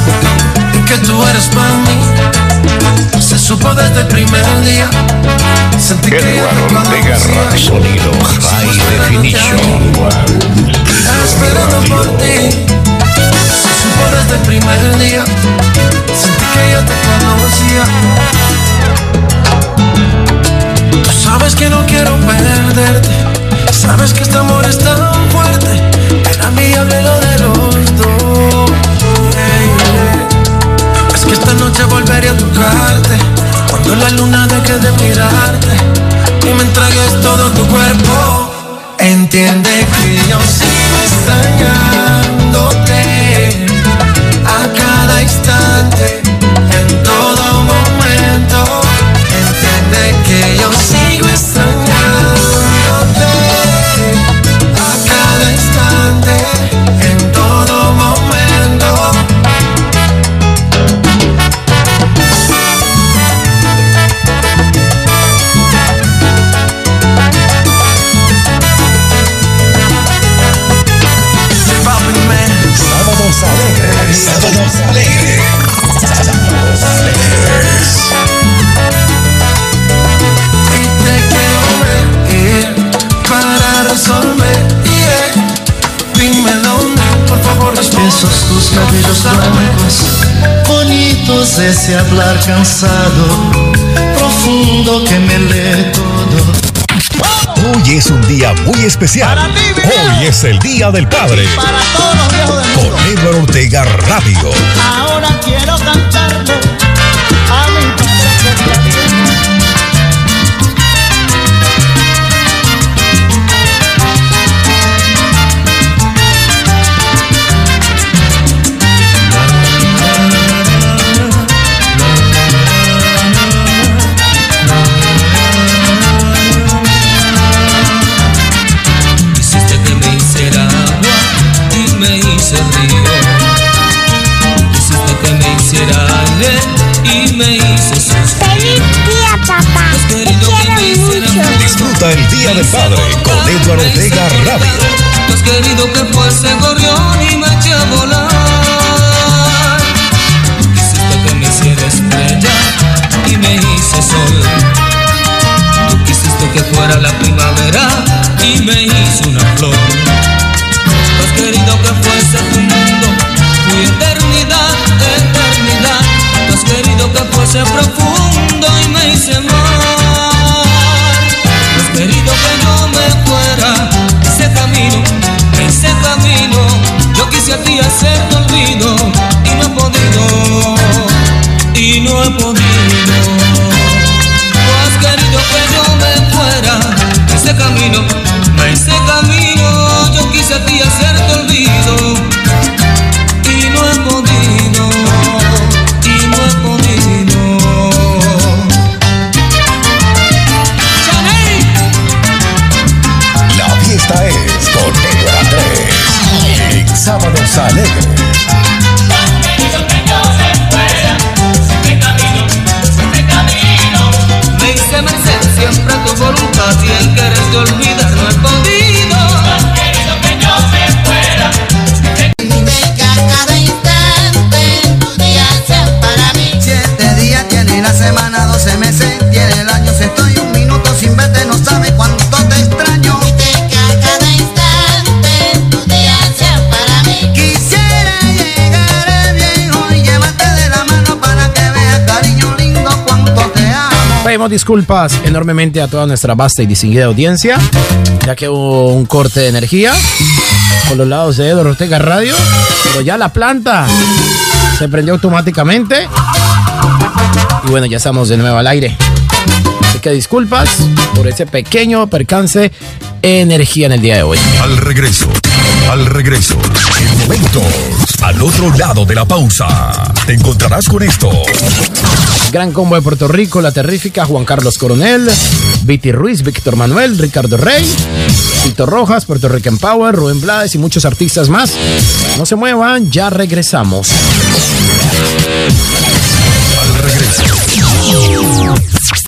y que tú eres pa' mí. Se supo desde el primer día Eduardo Ortega Radio. Sonido High Definition. Esperando por ti, se supo desde el primer día. Sentí que yo te conocía. Tú sabes que no quiero perderte. Sabes que este amor es tan fuerte. Era amigable lo de los dos. Hey, hey. Es que esta noche volveré a tocarte. Cuando la luna deje de mirarte y me entregues todo tu cuerpo. Entiende que yo sigo extrañándote a cada instante, en todo momento. Entiende que yo sigo extrañándote a cada instante, en todo momento. Sábados alegres. Sábados alegres. Sábados alegres. Y te quiero ver para resolver. Yeah. Dime dónde, por favor, Esos tus cabellos blancos, bonitos, ese hablar cansado, profundo que me lee todo. Hoy es un día muy especial. Hoy es el Día del Padre. Para todos los viejos del mundo. Con Eduardo Ortega Radio. Ahora quiero cantarle a mi padre. Y me hice suspirar. ¡Feliz día, papá! Te quiero mucho. Disfruta el Día del Padre con Eduardo Ortega Radio. Tú has querido que fuese gorrión y me eché a volar. Quisiste que me hiciera estrella y me hice sol. Tú quisiste que fuera la primavera y me hice una flor. Tú has querido que fuese tu mundo, fui eternidad, eternidad. Tú has querido que fuese profundo y me hice mar. Tú has querido que yo me fuera ese camino, ese camino. Yo quise a ti hacerte olvido y no he podido, y no he podido. Tú has querido que yo me fuera ese camino, ese camino. Yo quise a ti hacerte olvido y no he podido, y no he podido. La fiesta es con Eduardo Andrés. En Sábados Alegres. Me hice merced siempre a tu voluntad y el querer te olvidar no he podido. Has querido que yo me fuera. Dime que a cada instante tu día sea para mí. Siete días tiene la semana, doce meses tiene el año. Si estoy un minuto sin verte no sabes cuánto te extraño. Dime que a cada instante tu día sea para mí. Quisiera llegar el viejo y llevarte de la mano para que veas, cariño lindo, cuánto te amo. Pedimos disculpas enormemente a toda nuestra vasta y distinguida audiencia, ya que hubo un corte de energía por los lados de Eduardo Ortega Radio, pero ya la planta se prendió automáticamente y bueno, ya estamos de nuevo al aire. Así que disculpas por ese pequeño percance de energía en el día de hoy. Al regreso, al regreso, en momentos, al otro lado de la pausa, te encontrarás con esto. Gran combo de Puerto Rico, La Terrífica, Juan Carlos Coronel, Viti Ruiz, Víctor Manuel, Ricardo Rey, Tito Rojas, Puerto Rican Power, Rubén Blades y muchos artistas más. No se muevan, ya regresamos. Al regreso.